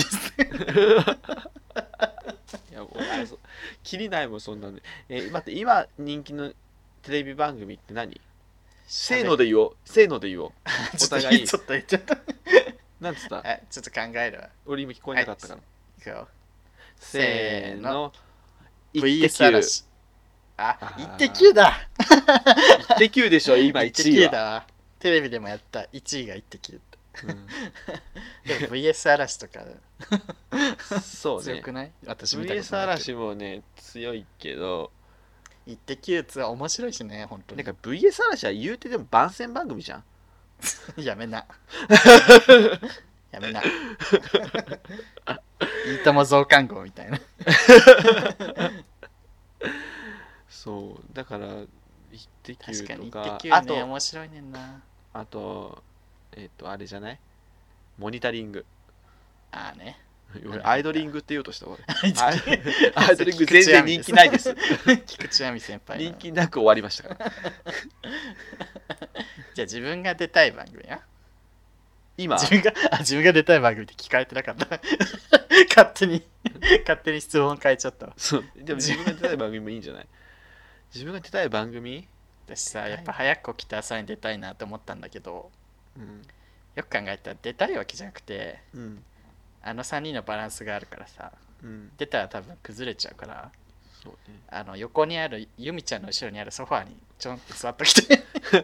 いやもうあれそう切りないもんそんなんで、えー、待って今人気のテレビ番組って何？せーので言おうせーので言おうお互いちょっと言っちゃった。 なんつった？ ちょっと考えるわ。 俺今聞こえなかったから、 はい、いくよせーのブイエス 嵐。あ、イッテ Q だ。 イッテ Q でしょ今いちいは。 だわ。テレビでもやったいちいがイッテ Q だ、うん、でも ブイエス 嵐とかそうね強くない？私見たことない。 ブイエス 嵐もね強いけど、 イッテ Q は面白いしね本当に。 なんか ブイエス 嵐は言うてでも番宣番組じゃん。 やめな。やめな。いいとも増刊号みたいな。 そうだからイッテ Q とか、 確かにイッテ Q ね、あと面白いねんな。 あとえっ、ー、とあれじゃない、モニタリング。 ああね、 俺アイドリングって言おうとした俺。アイドリング全然人気ないです。 菊池亜美先輩人気なく終わりましたから。 じゃあ自分が出たい番組や今自分があ自分が出たい番組って聞かれてなかった。勝手に勝手に質問変えちゃったわ。 そうでも自分が出たい番組もいいんじゃない。自分が出たい番組、 私さやっぱ早く起きた朝に出たいなって思ったんだけど、うん、よく考えたら出たいわけじゃなくて、うん、あのさんにんのバランスがあるからさ、うん、出たら多分崩れちゃうから、そうね、あの横にあるゆみちゃんの後ろにあるソファーにちょんって座っときて。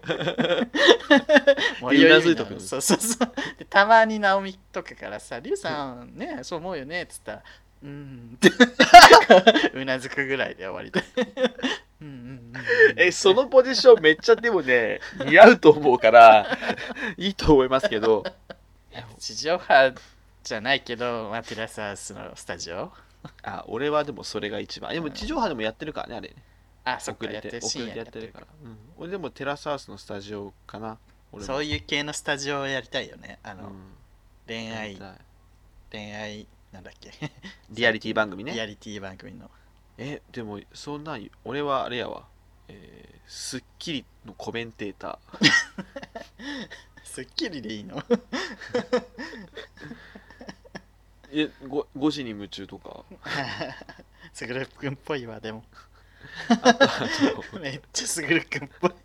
森尾由美のそうそうそうでたまに直美とかからさ「りゅうさんねそう思うよね」っつったら「うん」ってうなずくぐらいで終わりで。うんうんうん、 えそのポジションめっちゃでもね似合うと思うからいいと思いますけど。 地上波じゃないけど、まあ、テラサースのスタジオ。 あ俺はでもそれが一番。でも地上波でもやってるからねあれね。 あそっか、やってる遅れてやってるから、うん、俺でもテラスハウスのスタジオかな。俺そういう系のスタジオをやりたいよね。あの、うん、恋愛恋愛なんだっけリアリティ番組ね。 リアリティ番組のえでもそんな俺はあれやわ、えー、スッキリのコメンテーター。 スッキリでいいの？ え 5, 5時に夢中とか。 すぐるくんっぽいわでも。めっちゃすぐるくんっぽい。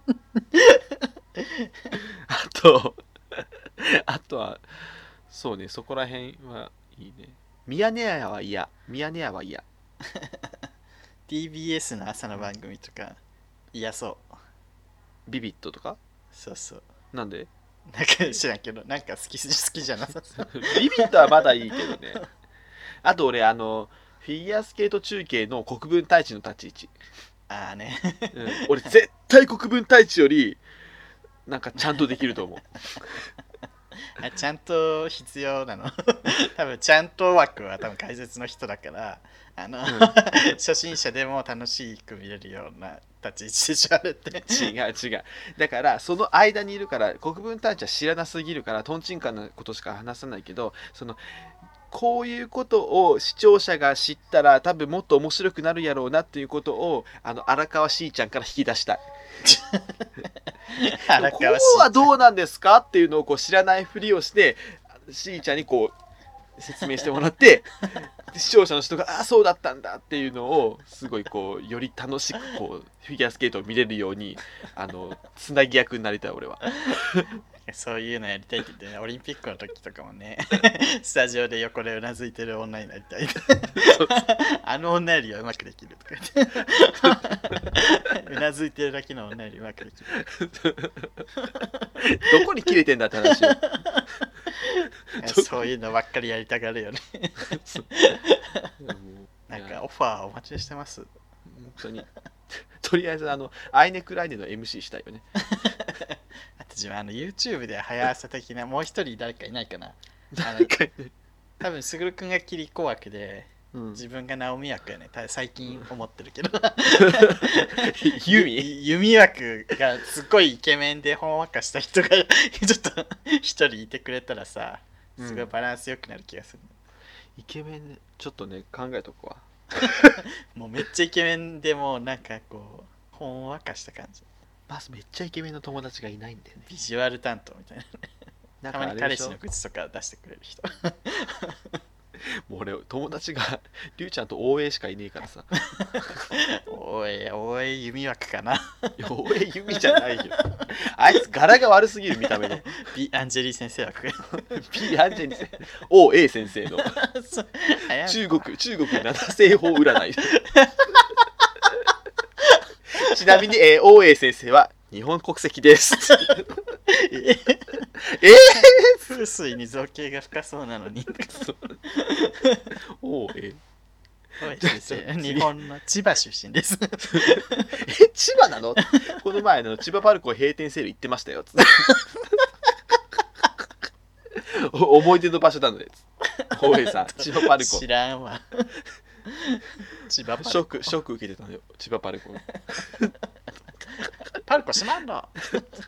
あとあとはそうね、そこら辺はいいね。ミヤネ屋は嫌。ミヤネ屋は嫌。 ティービーエス の朝の番組とか嫌そう。 ビビットとか。 そうそう。 なんで？ なんか知らんけど、なんか好き好きじゃなさそう。 ビビットはまだいいけどね。あと俺あのフィギュアスケート中継の国分太一の立ち位置。 ああね、 うん、俺絶対国分太一よりなんかちゃんとできると思う。 あちゃんと必要なの。多分ちゃんと枠は多分解説の人だからあの、うん、初心者でも楽しく見れるような立ち位置でしょあれって。 違う違う。だからその間にいるから国分太一は知らなすぎるからトンチンカンなことしか話さないけど、そのこういうことを視聴者が知ったら多分もっと面白くなるやろうなっていうことをあの荒川しーちゃんから引き出したい。荒川しーちゃんこうはどうなんですかっていうのをこう知らないふりをしてしーちゃんにこう説明してもらって視聴者の人があそうだったんだっていうのをすごいこうより楽しくこうフィギュアスケートを見れるようにあのつなぎ役になりたい俺は。 そういうのやりたいって言ってね、オリンピックの時とかもねスタジオで横でうなずいてる女になりたいあの女よりはうまくできるとか言ってうなずいてるだけの女よりうまくできるどこに切れてんだって話よそういうのばっかりやりたがるよねなんかオファーお待ちしてます。 本当にとりあえずあのアイネクライネの エムシー したいよねあと自分あの YouTube で早朝的なもう一人誰かいないかな。 誰かいない多分すぐるくんがキリコ枠で、うん、自分がナオミ枠やね最近思ってるけどユミユミ枠がすっごいイケメンでほんわかした人がちょっと一人いてくれたらさすごいバランスよくなる気がする、 うん、イケメンちょっとね考えとくわもうめっちゃイケメンでもうなんかこうほんわかした感じ。 まずめっちゃイケメンの友達がいないんだよね。 ビジュアル担当みたいなね。たまに彼氏の口とか出してくれる人もう俺友達がリュウちゃんと大江しかいねえからさ大江大江弓枠かな大江弓じゃないよあいつ柄が悪すぎる見た目のビアンジェリー先生枠ビアンジェリー先生大江先生の中国中国七星法占いちなみに、えー、大江先生は日本国籍ですええ風水に造形が深そうなのにおえ日本の千葉出身ですえ千葉なのこの前の千葉パルコ閉店セール行ってましたよ思い出の場所なので大江さん千葉パルコ知らんわ千葉パルコショックショック受けてたのよ千葉パルコパルコ閉まんの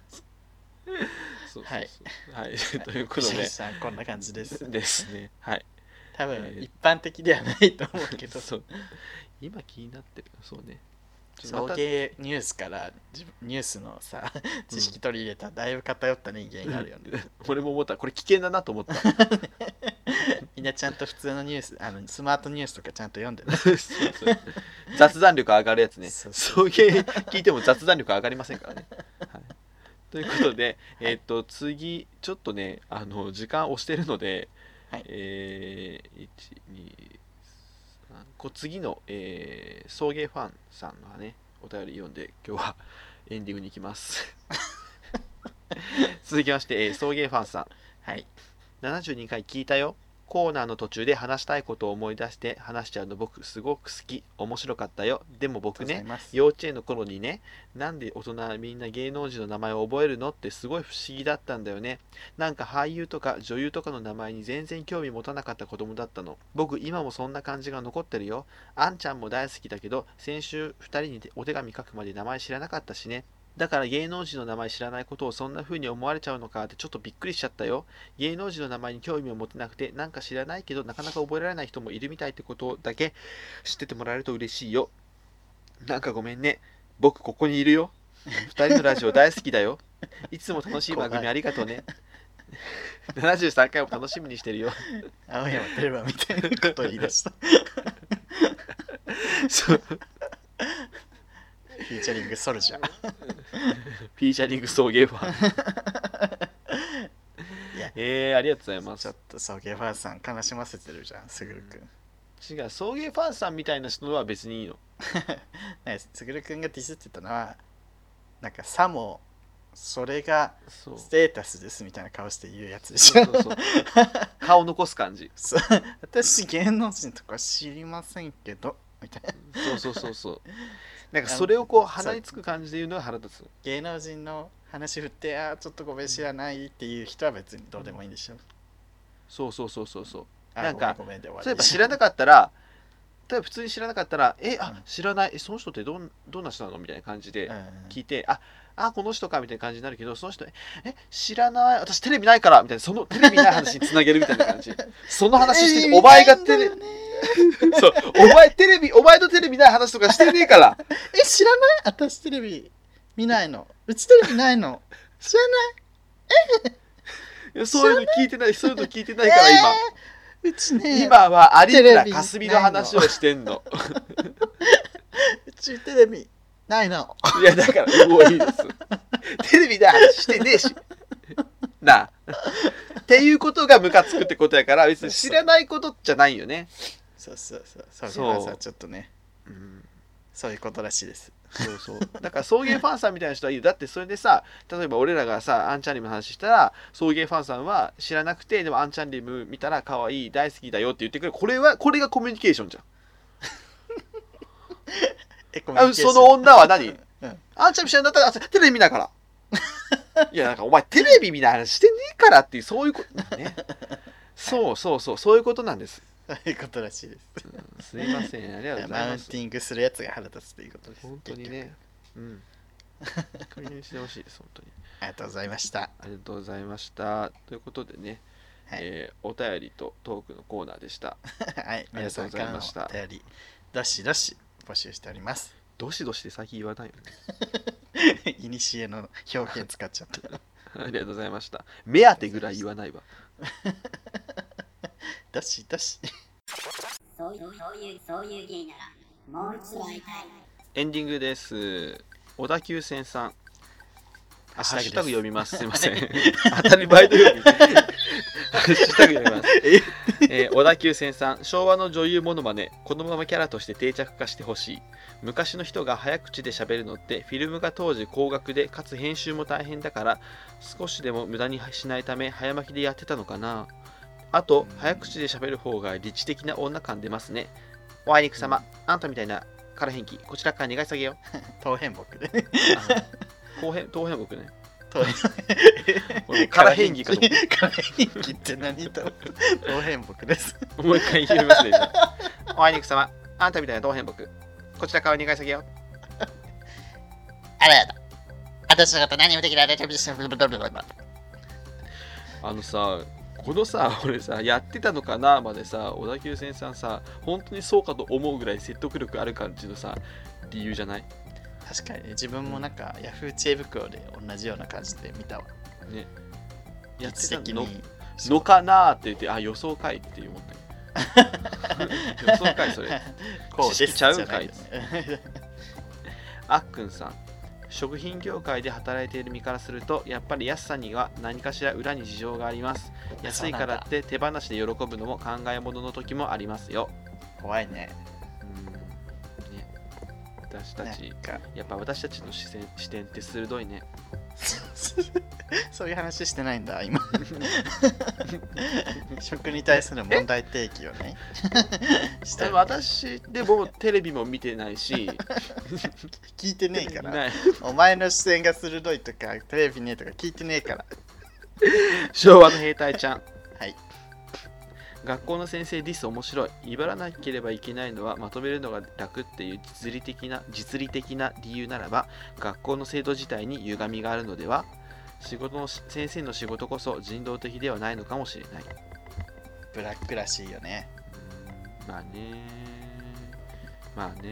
そうそうそうはい、はい、ということでこんな感じですですね。はい多分、えー、一般的ではないと思うけどそう今気になってるそうね送迎ニュースからニュースのさ知識取り入れただいぶ偏った人間になるよね、うん、 俺も思ったこれ危険だなと思ったみんなちゃんと普通のニュースあのスマートニュースとかちゃんと読んでるそうそう雑談力上がるやつね送迎聞いても雑談力上がりませんからね、はい、ということでえー、っと次ちょっとねあの時間押してるので、はい、えー、いちにこ次の、えー、送迎ファンさんがねお便り読んで今日はエンディングに行きます続きまして、えー、送迎ファンさん、 はい、 ななじゅうにかい聞いたよ。コーナーの途中で話したいことを思い出して話しちゃうの僕すごく好き。面白かったよ。でも僕ね幼稚園の頃にねなんで大人みんな芸能人の名前を覚えるのってすごい不思議だったんだよね。なんか俳優とか女優とかの名前に全然興味持たなかった子供だったの。僕今もそんな感じが残ってるよ。あんちゃんも大好きだけど先週ふたりにお手紙書くまで名前知らなかったしね。だから芸能人の名前知らないことをそんな風に思われちゃうのかってちょっとびっくりしちゃったよ。芸能人の名前に興味を持てなくてなんか知らないけどなかなか覚えられない人もいるみたいってことだけ知っててもらえると嬉しいよ。なんかごめんね。僕ここにいるよ。ふたりのラジオ大好きだよ。いつも楽しい番組ありがとうね。ななじゅうさんかいも楽しみにしてるよ。 青山テルマみたいなことを言い出した。 そうフィーチャリングソルジャーフィーチャリング送迎ファンいやえー、ありがとうございます。 ちょっと送迎ファンさん悲しませてるじゃんすぐるくん、 違う送迎ファンさんみたいな人は別にいいのすぐるくんがディスってたのはなんかさもそれがステータスですみたいな顔して言うやつでしょ。そうそうそう顔残す感じ。 そう私芸能人とか知りませんけどみたいな。そうそうそうそうなんかそれをこう鼻につく感じで言うのが腹立つ。 芸能人の話振ってあちょっとごめん知らないっていう人は別にどうでもいいんでしょ。 そうそうそうそうそうなんか例えば知らなかったら例えば普通に知らなかったらえあ知らないえその人ってどんどんな人なのみたいな感じで聞いて、うん、ああこの人かみたいな感じになるけどその人え知らない私テレビないからみたいなそのテレビない話につなげるみたいな感じその話してるお前がテレビそうお前テレビお前とテレビない話とかしてねえからえ知らない私テレビ見ないのうちテレビないの知らないえいやそういうの聞いてないそういうの聞いてないから今、 えー、 うちね今は有村架純の話をしてんの。 うちテレビないの。 いやだからもういいです。テレビで話してねえしなあっていうことがムカつくってことやから、別に知らないことじゃないよね。 そうそうそうそうそうそう、ちょっとね、 うん、 そういうことらしいです。 そうそうだから送迎ファンさんみたいな人はいいよ。だってそれでさ、例えば俺らがさアンチャンリムの話したら、送迎ファンさんは知らなくて、でもアンチャンリム見たら可愛い大好きだよって言ってくる。これはこれがコミュニケーションじゃん。えあその女は何、うん、アンチャンリム知らんだったらテレビ見ながらいやなんかお前テレビ見ながらしてねえからっていう、そういうことね。そうそうそうそういうことなんです。 そういうことらしいです。 うん、すいません、ありがとうございます。 マウンティングするやつが腹立つということです。 本当にね。うん。確認してほしいです、本当に。 ありがとうございました。 ありがとうございました。ということでね、はい、えー、お便りとトークのコーナーでした。 はい、皆さんからのお便り、どしどし募集しております。 どしどしって最近言わないよね。いにしえの表現使っちゃった。 ありがとうございました。目当てぐらい言わないわ。 どしどし。 そういうそういうそういう芸ならもう一度会いたい。エンディングです。小田急線さん。ハッシュタグ読みます。すみません。当たり前のように。ハッシュタグ読みます。えー、小田急線さん。昭和の女優モノマネ、このままキャラとして定着化してほしい。昔の人が早口で喋るのってフィルムが当時高額でかつ編集も大変だから少しでも無駄にしないため早巻きでやってたのかな。あと早口で喋る方が理知的な女感出ますね。おあいにく様、あんたみたいな空変気こちらから願い下げよ。 当変木で当変当変木ね。 空変気かと空変気って何と当変木です。 もう一回言いますね。おあいにく様、あんたみたいな当変木こちらから願い下げよ。 あらやだ。私のこと何もできない。 あのさ、このさ、俺さ、やってたのかなまでさ、小田急線さんさ、本当にそうかと思うぐらい説得力ある感じのさ、理由じゃない？ 確かにね、自分もなんか、ヤフー知恵袋で同じような感じで見たわ。ね。 やってたののかなって言って、あ、予想かいって思った。予想かいそれ。こう知識ちゃうんかい。あっくんさん。食品業界で働いている身からするとやっぱり安さには何かしら裏に事情があります。安いからって手放しで喜ぶのも考え物の時もありますよ。 怖いね。 うんね、私たちやっぱ私たちの視線視点って鋭いね。 そういう話してないんだ今。食に対する問題提起をね。 私でもテレビも見てないし聞いてねえからお前の視線が鋭いとかテレビねえとか聞いてねえから。 昭和の兵隊ちゃん。 はい。 学校の先生ディス面白い。威張らなければいけないのはまとめるのが楽っていう実利的な実利的な理由ならば学校の制度自体に歪みがあるのでは。仕事の先生の仕事こそ人道的ではないのかもしれない。 ブラックらしいよね。 まあねまあね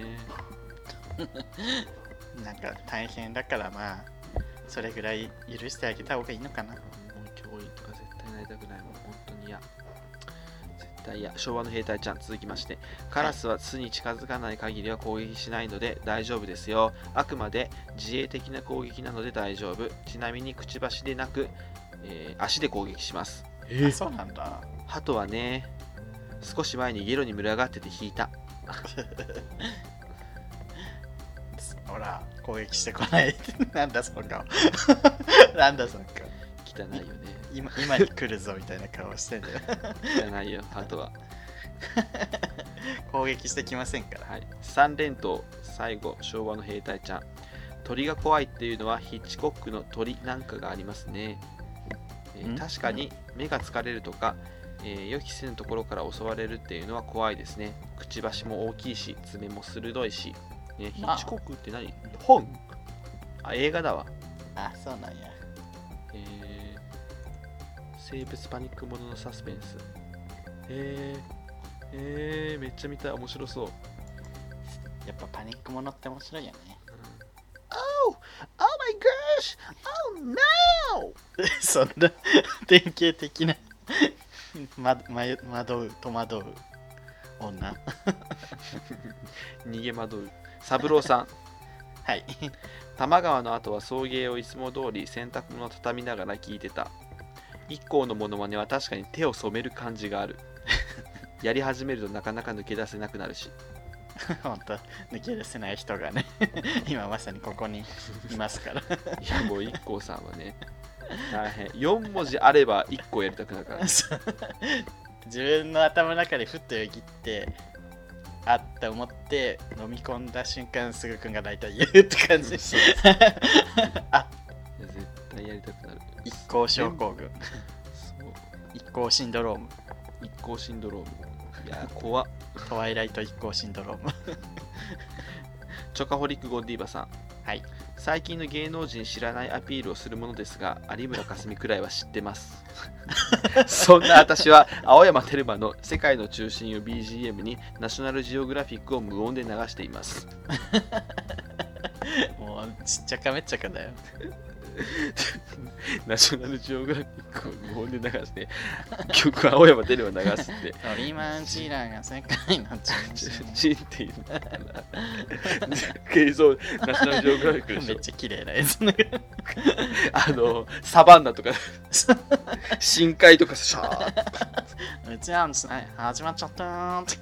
なんか大変だからまあそれぐらい許してあげた方がいいのかな。もう教員とか絶対なりたくないもん。本当に嫌。絶対嫌。昭和の兵隊ちゃん。続きまして、カラスは巣に近づかない限りは攻撃しないので大丈夫ですよ。あくまで自衛的な攻撃なので大丈夫。ちなみにくちばしでなく、えー、足で攻撃します。 えー、そうなんだ。 鳩はね少し前にゲロに群がってて引いた。 ほら攻撃してこない。なんだその顔。なんだその顔。 汚いよね。 今, 今に来るぞみたいな顔してんだよ。 汚いよ鳩は。 攻撃してきませんから。 はい。三連投最後昭和の兵隊ちゃん。鳥が怖いっていうのはヒッチコックの鳥なんかがありますね。えー、確かに目が疲れるとか、えー、予期せぬところから襲われるっていうのは怖いですね。くちばしも大きいし爪も鋭いし、ね、ヒッチコックって何？本？あ、映画だわ。 あ、そうなんや。 えー、生物パニックもののサスペンス。えー、えー、めっちゃ見たい。面白そう。 やっぱパニックものって面白いよね。 Oh! Oh my gosh! Oh no! そんな典型的なま、ま、惑う戸惑う女逃げ惑う三郎さんはい多摩川の後は送迎をいつも通り洗濯物を畳みながら聞いてた。一行のモノマネは確かに手を染める感じがある。やり始めるとなかなか抜け出せなくなるし。 本当抜け出せない人がね今まさにここにいますから。いやもう一行さんはね大変。よん文字あればいっこやりたくなるから、ね、 自分の頭の中でふっとよぎってあって思って飲み込んだ瞬間すぐくんが大体言うって感じ。あいや絶対やりたくなる。 一行症候群、 そう一行シンドローム、 一行シンドローム。いや怖っ。 トワイライト一行シンドローム。 チョカホリックゴンディーバさん、 はい、 最近の芸能人知らないアピールをするものですが、有村架純くらいは知ってます。そんな私は青山テルマの世界の中心を ビージーエム にナショナルジオグラフィックを無音で流しています。 もうちっちゃかめっちゃかだよ。 ナショナルジオグラフィックを無音で流して曲青山テルマ流すって。 トリマンチラが世界の中心っていう映像ナショナルジオグラフィックでしょ。 めっちゃ綺麗なやつ。 あのサバンナとか深海とかシャーうちは始まっちゃったーって。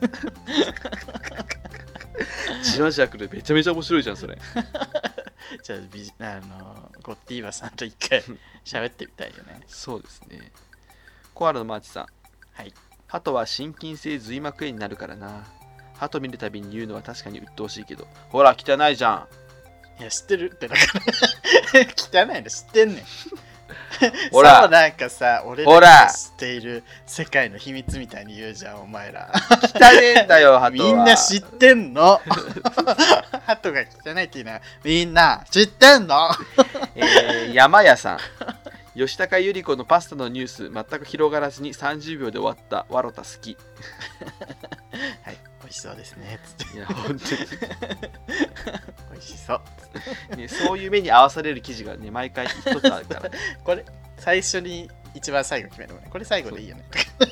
じわじわくるめちゃめちゃ面白いじゃんそれ。 じゃあ、ビあのゴッティーバさんと一回喋ってみたいよね。 そうですね。コアラのマーチさん、 はい。 鳩は心筋性髄膜炎になるからな。鳩見るたびに言うのは確かに鬱陶しいけど、ほら汚いじゃん。いや知ってるってだから汚いの知ってんねん。 ほらそうなんかさ、俺らが知っている世界の秘密みたいに言うじゃんお前ら。 汚ねえんだよ鳩は。 みんな知ってんの。鳩が汚いっていうのはみんな知ってんの。 えー、山屋さん、吉高由里子のパスタのニュース全く広がらずにさんじゅうびょうで終わった。わろた好き。 はい、美味しそうですねつって。 いや本当に美味しそう、 ね、そういう目に合わされる記事がね毎回一つあるから。 これ最初に一番最後決めるもんね。これ最後でいいよね。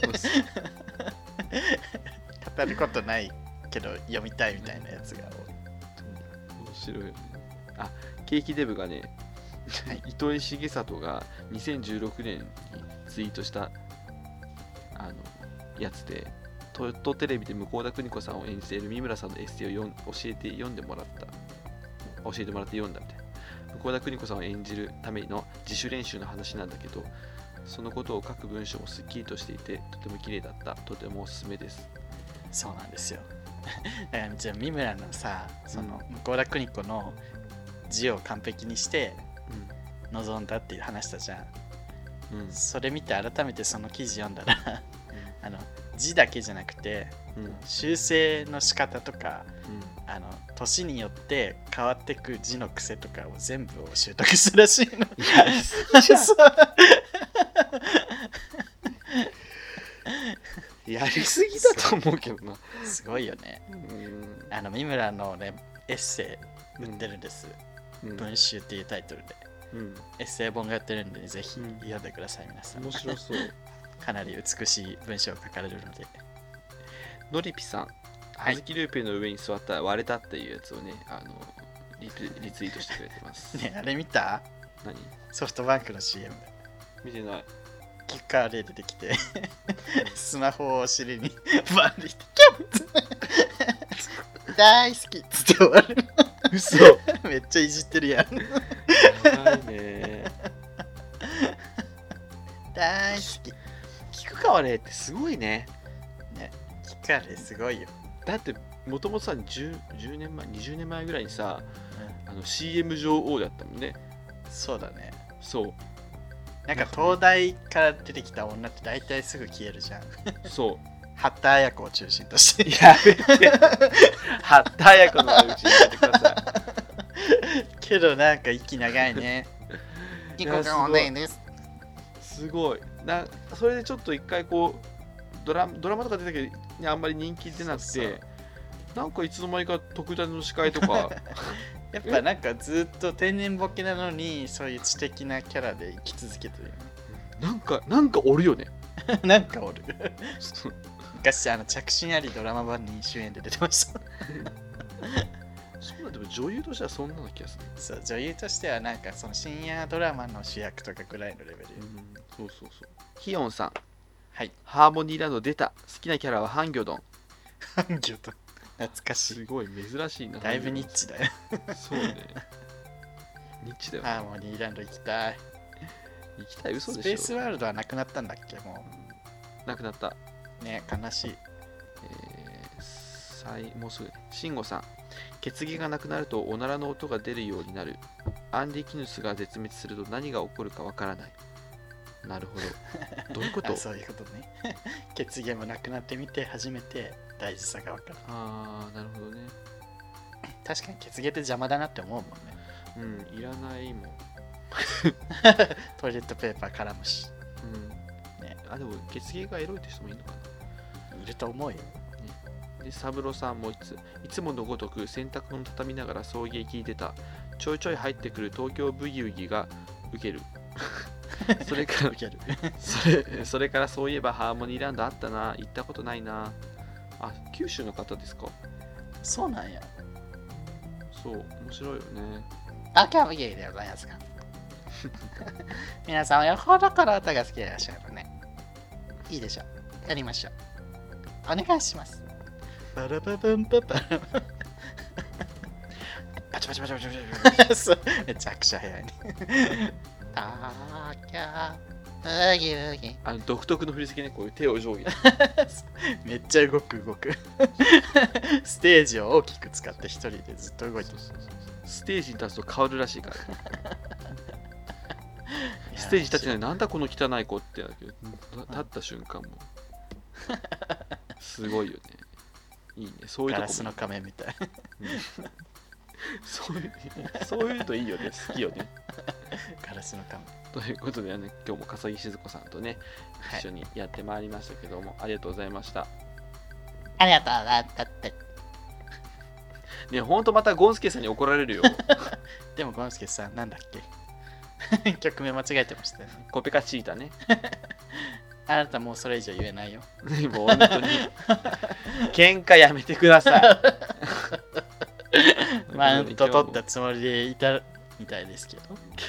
語ることないけど読みたいみたいなやつが多い。 面白いよね。あ、ケーキデブがね、はい、糸井重里がにせんじゅうろくねんにツイートしたあのやつで、トヨットテレビで向田邦子さんを演じている三村さんのエッセイを教えて読んでもらった教えてもらって読んだみたいな。向田邦子さんを演じるための自主練習の話なんだけど、そのことを書く文章もすっきりとしていてとても綺麗だった。とてもおすすめです。 そうなんですよ。だからじゃあ三村のさ、その向田邦子の字を完璧にして臨んだって話したじゃん、うん、それ見て改めてその記事読んだら、うん、あの字だけじゃなくて、うん、修正の仕方とか、うん、あの年によって変わってく字の癖とかを全部を習得するらしいの。 やりすぎだと思うけどな。 すごいよね。うん、あの三村の、ね、エッセイ売ってるんです、うん、文集っていうタイトルで、うん、エッセイ本がやってるんでぜひ読んでください皆さん。 面白そう。 かなり美しい文章を書かれるので。 のりぴさん、はずきルーペの上に座ったら割れたっていうやつをね、あの リ, リツイートしてくれてます。 ね、あれ見た？ 何？ ソフトバンクの シーエム。 見てない。 キッカーで出てきてスマホをお尻にバンリしてキャッ大好きっつって終わる。 嘘。 めっちゃいじってるやん。 やばいね。 大好き。 菊川玲ってすごいね。 ね、菊川玲すごいよ。 だってもともとさ 10, 10年前にじゅうねんまえぐらいにさ、うん、あの シーエム 女王だったもんね。 そうだね。 そう。 なんか東大から出てきた女って大体すぐ消えるじゃん。 そう。 八田綾子を中心として。 やめて。八田綾子のうちにやってください。 けどなんか息長いね。 いやすごい。すごい。なそれでちょっと一回こうドラドラマとか出たけど、ね、あんまり人気出なくて、そうそうなんかいつの間にか特ダネの司会とか。 やっぱなんかずっと天然ボケなのにそういう知的なキャラで生き続けてるよね。 なんかなんかおるよね。 なんかおる。昔あの着信ありドラマ版に主演で出てました。 そうなんでも女優としてはそんなの気がする。 そう女優としてはなんかその深夜ドラマの主役とかぐらいのレベル。 うん、そうそうそう。ヒヨンさん、 はい。 ハーモニーランド出た。好きなキャラはハンギョドン。 ハンギョドン。懐かしい。 すごい珍しいな。 だいぶニッチだよ。 そうね。ニッチだよ、ね。 ハーモニーランド行きたい。 行きたい、嘘でしょ。 スペースワールドはなくなったんだっけ、もう。なくなった。 ね、悲しい。 えー、さいもうすぐ、シンゴさん。血毛がなくなるとおならの音が出るようになる。アンディキヌスが絶滅すると何が起こるかわからない。なるほど。どういうこと？ そういうことね。血毛もなくなってみて初めて大事さがわかる。 ああ、なるほどね。 確かに血毛って邪魔だなって思うもんね。うん、いらないもん。 トイレットペーパー絡むし。 うん。ね、あ、でも血毛がエロいって人もいるのかな？ いると思うよ。 で、サブロさんもいついつものごとく洗濯物畳みながら送迎聞いてた。ちょいちょい入ってくる東京ブギウギがウケる。それからそれそれからそういえばハーモニーランドあったな。行ったことないな。あ、九州の方ですか？ そうなんや。 そう、面白いよね。 東京ブギウギでございますか。皆さんはよほどこの歌が好きでいらっしゃるね。いいでしょう。やりましょう。お願いします。バラババンババラバチバチバチバチバチそうめちゃくちゃ早いね。東京ブギウギ。 あの独特の振り付けね、こういう手を上下めっちゃ動く動く。ステージを大きく使って一人でずっと動いてる。 ステージに立つと変わるらしいから。ステージ立ってない、なんだこの汚い子ってだけど、立った瞬間もすごいよね。いいね、そういうとこも。 ガラスの仮面みたい。 うん、そういうそういうといいよね、好きよね。 ガラスの仮面。 ということで、ね、今日も笠木静子さんとね、一緒にやってまいりましたけども、はい、ありがとうございました。 ありがとうございました。 ね、ほんとまたゴンスケさんに怒られるよ。 でもゴンスケさん、なんだっけ曲名間違えてましたよね。 コペカチータね。 あなたもうそれ以上言えないよ。 もう本当に。喧嘩やめてください。 マウント取ったつもりでいたみたいですけど。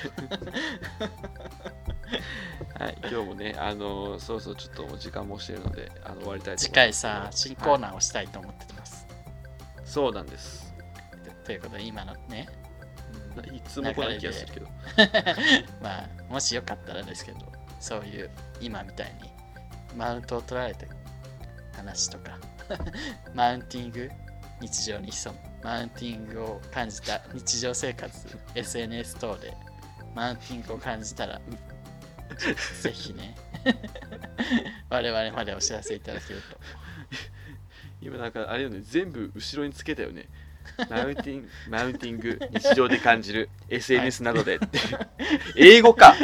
はい、今日もね、あのー、そろそろちょっと時間もしてるので、あの終わりたいと思います。 次回さ、新コーナーをしたいと思ってます。 はい、そうなんです。 ということで、今のね、 いつもこんな気がするけど。 まあ、もしよかったらですけど、そういう今みたいにマウントを取られて話とか、マウンティング、日常に潜むマウンティングを感じた日常生活、エスエヌエス 等でマウンティングを感じたら、ぜひね、我々までお知らせいただけると。 今なんかあれよね、全部後ろにつけたよね。マウンティング、マウンティング、日常で感じる エスエヌエス などでって、はい、英語か。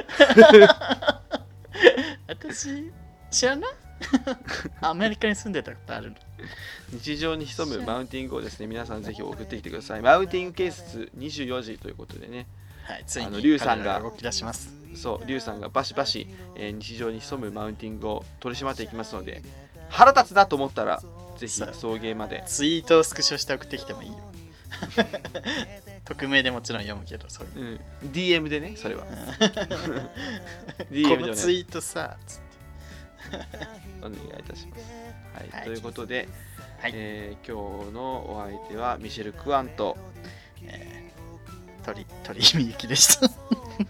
私知らない？アメリカに住んでたことあるの。 日常に潜むマウンティングをですね、皆さんぜひ送ってきてください。マウンティング警察にじゅうよじということでね、 はい、ついにあのリュウさんが動き出します。 そう、リュウさんがバシバシ、えー、日常に潜むマウンティングを取り締まっていきますので、腹立つなと思ったらぜひ送迎までツイートをスクショして送ってきてもいいよ。匿名でもちろん読むけど、そういう、 うん、ディーエム でね、それは。 ディーエム このツイートさ、つってお願いいたします。はい、はい、ということで、はい、えー、今日のお相手はミシェル・クワンと、 えー、鳥鳥居みゆきでした。あ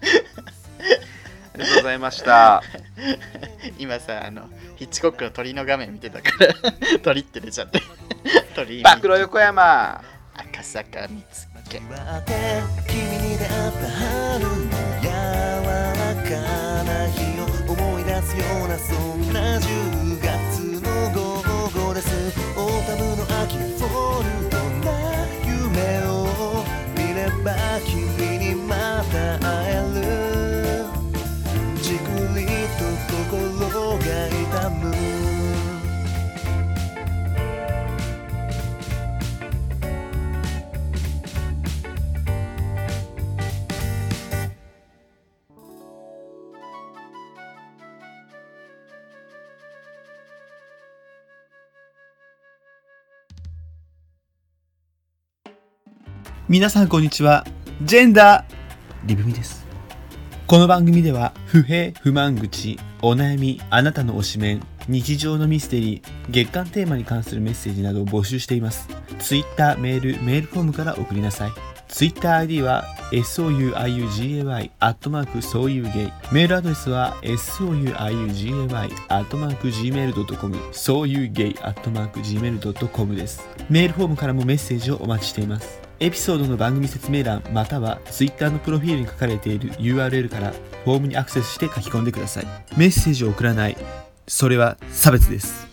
りがとうございました。 今さ、あのヒッチコックの鳥の画面見てたから鳥って出ちゃって。 鳥暴露横山赤坂見つけ。 君に出会った春の柔らかな日を思い出すような、そんなじゅうがつの午後です。オータムの秋フォルトな夢を見れば君にまた会える。じくりと心が痛む。 皆さんこんにちは。ジェンダーリブミです。この番組では不平不満口、お悩み、あなたの推しメン、日常のミステリー、月間テーマに関するメッセージなどを募集しています。Twitter、メール、メールフォームから送りなさい。Twitter アイディー は ソウユアイユージーエーワイ アットマークソウユーゲイ。メールアドレスは ソウユアイユージーエーワイ アットマークジーメールドットコム ソウユーゲイ アットマークジーメールドットコム です。メールフォームからもメッセージをお待ちしています。エピソードの番組説明欄または Twitter のプロフィールに書かれている ユーアールエル からフォームにアクセスして書き込んでください。メッセージを送らない、それは差別です。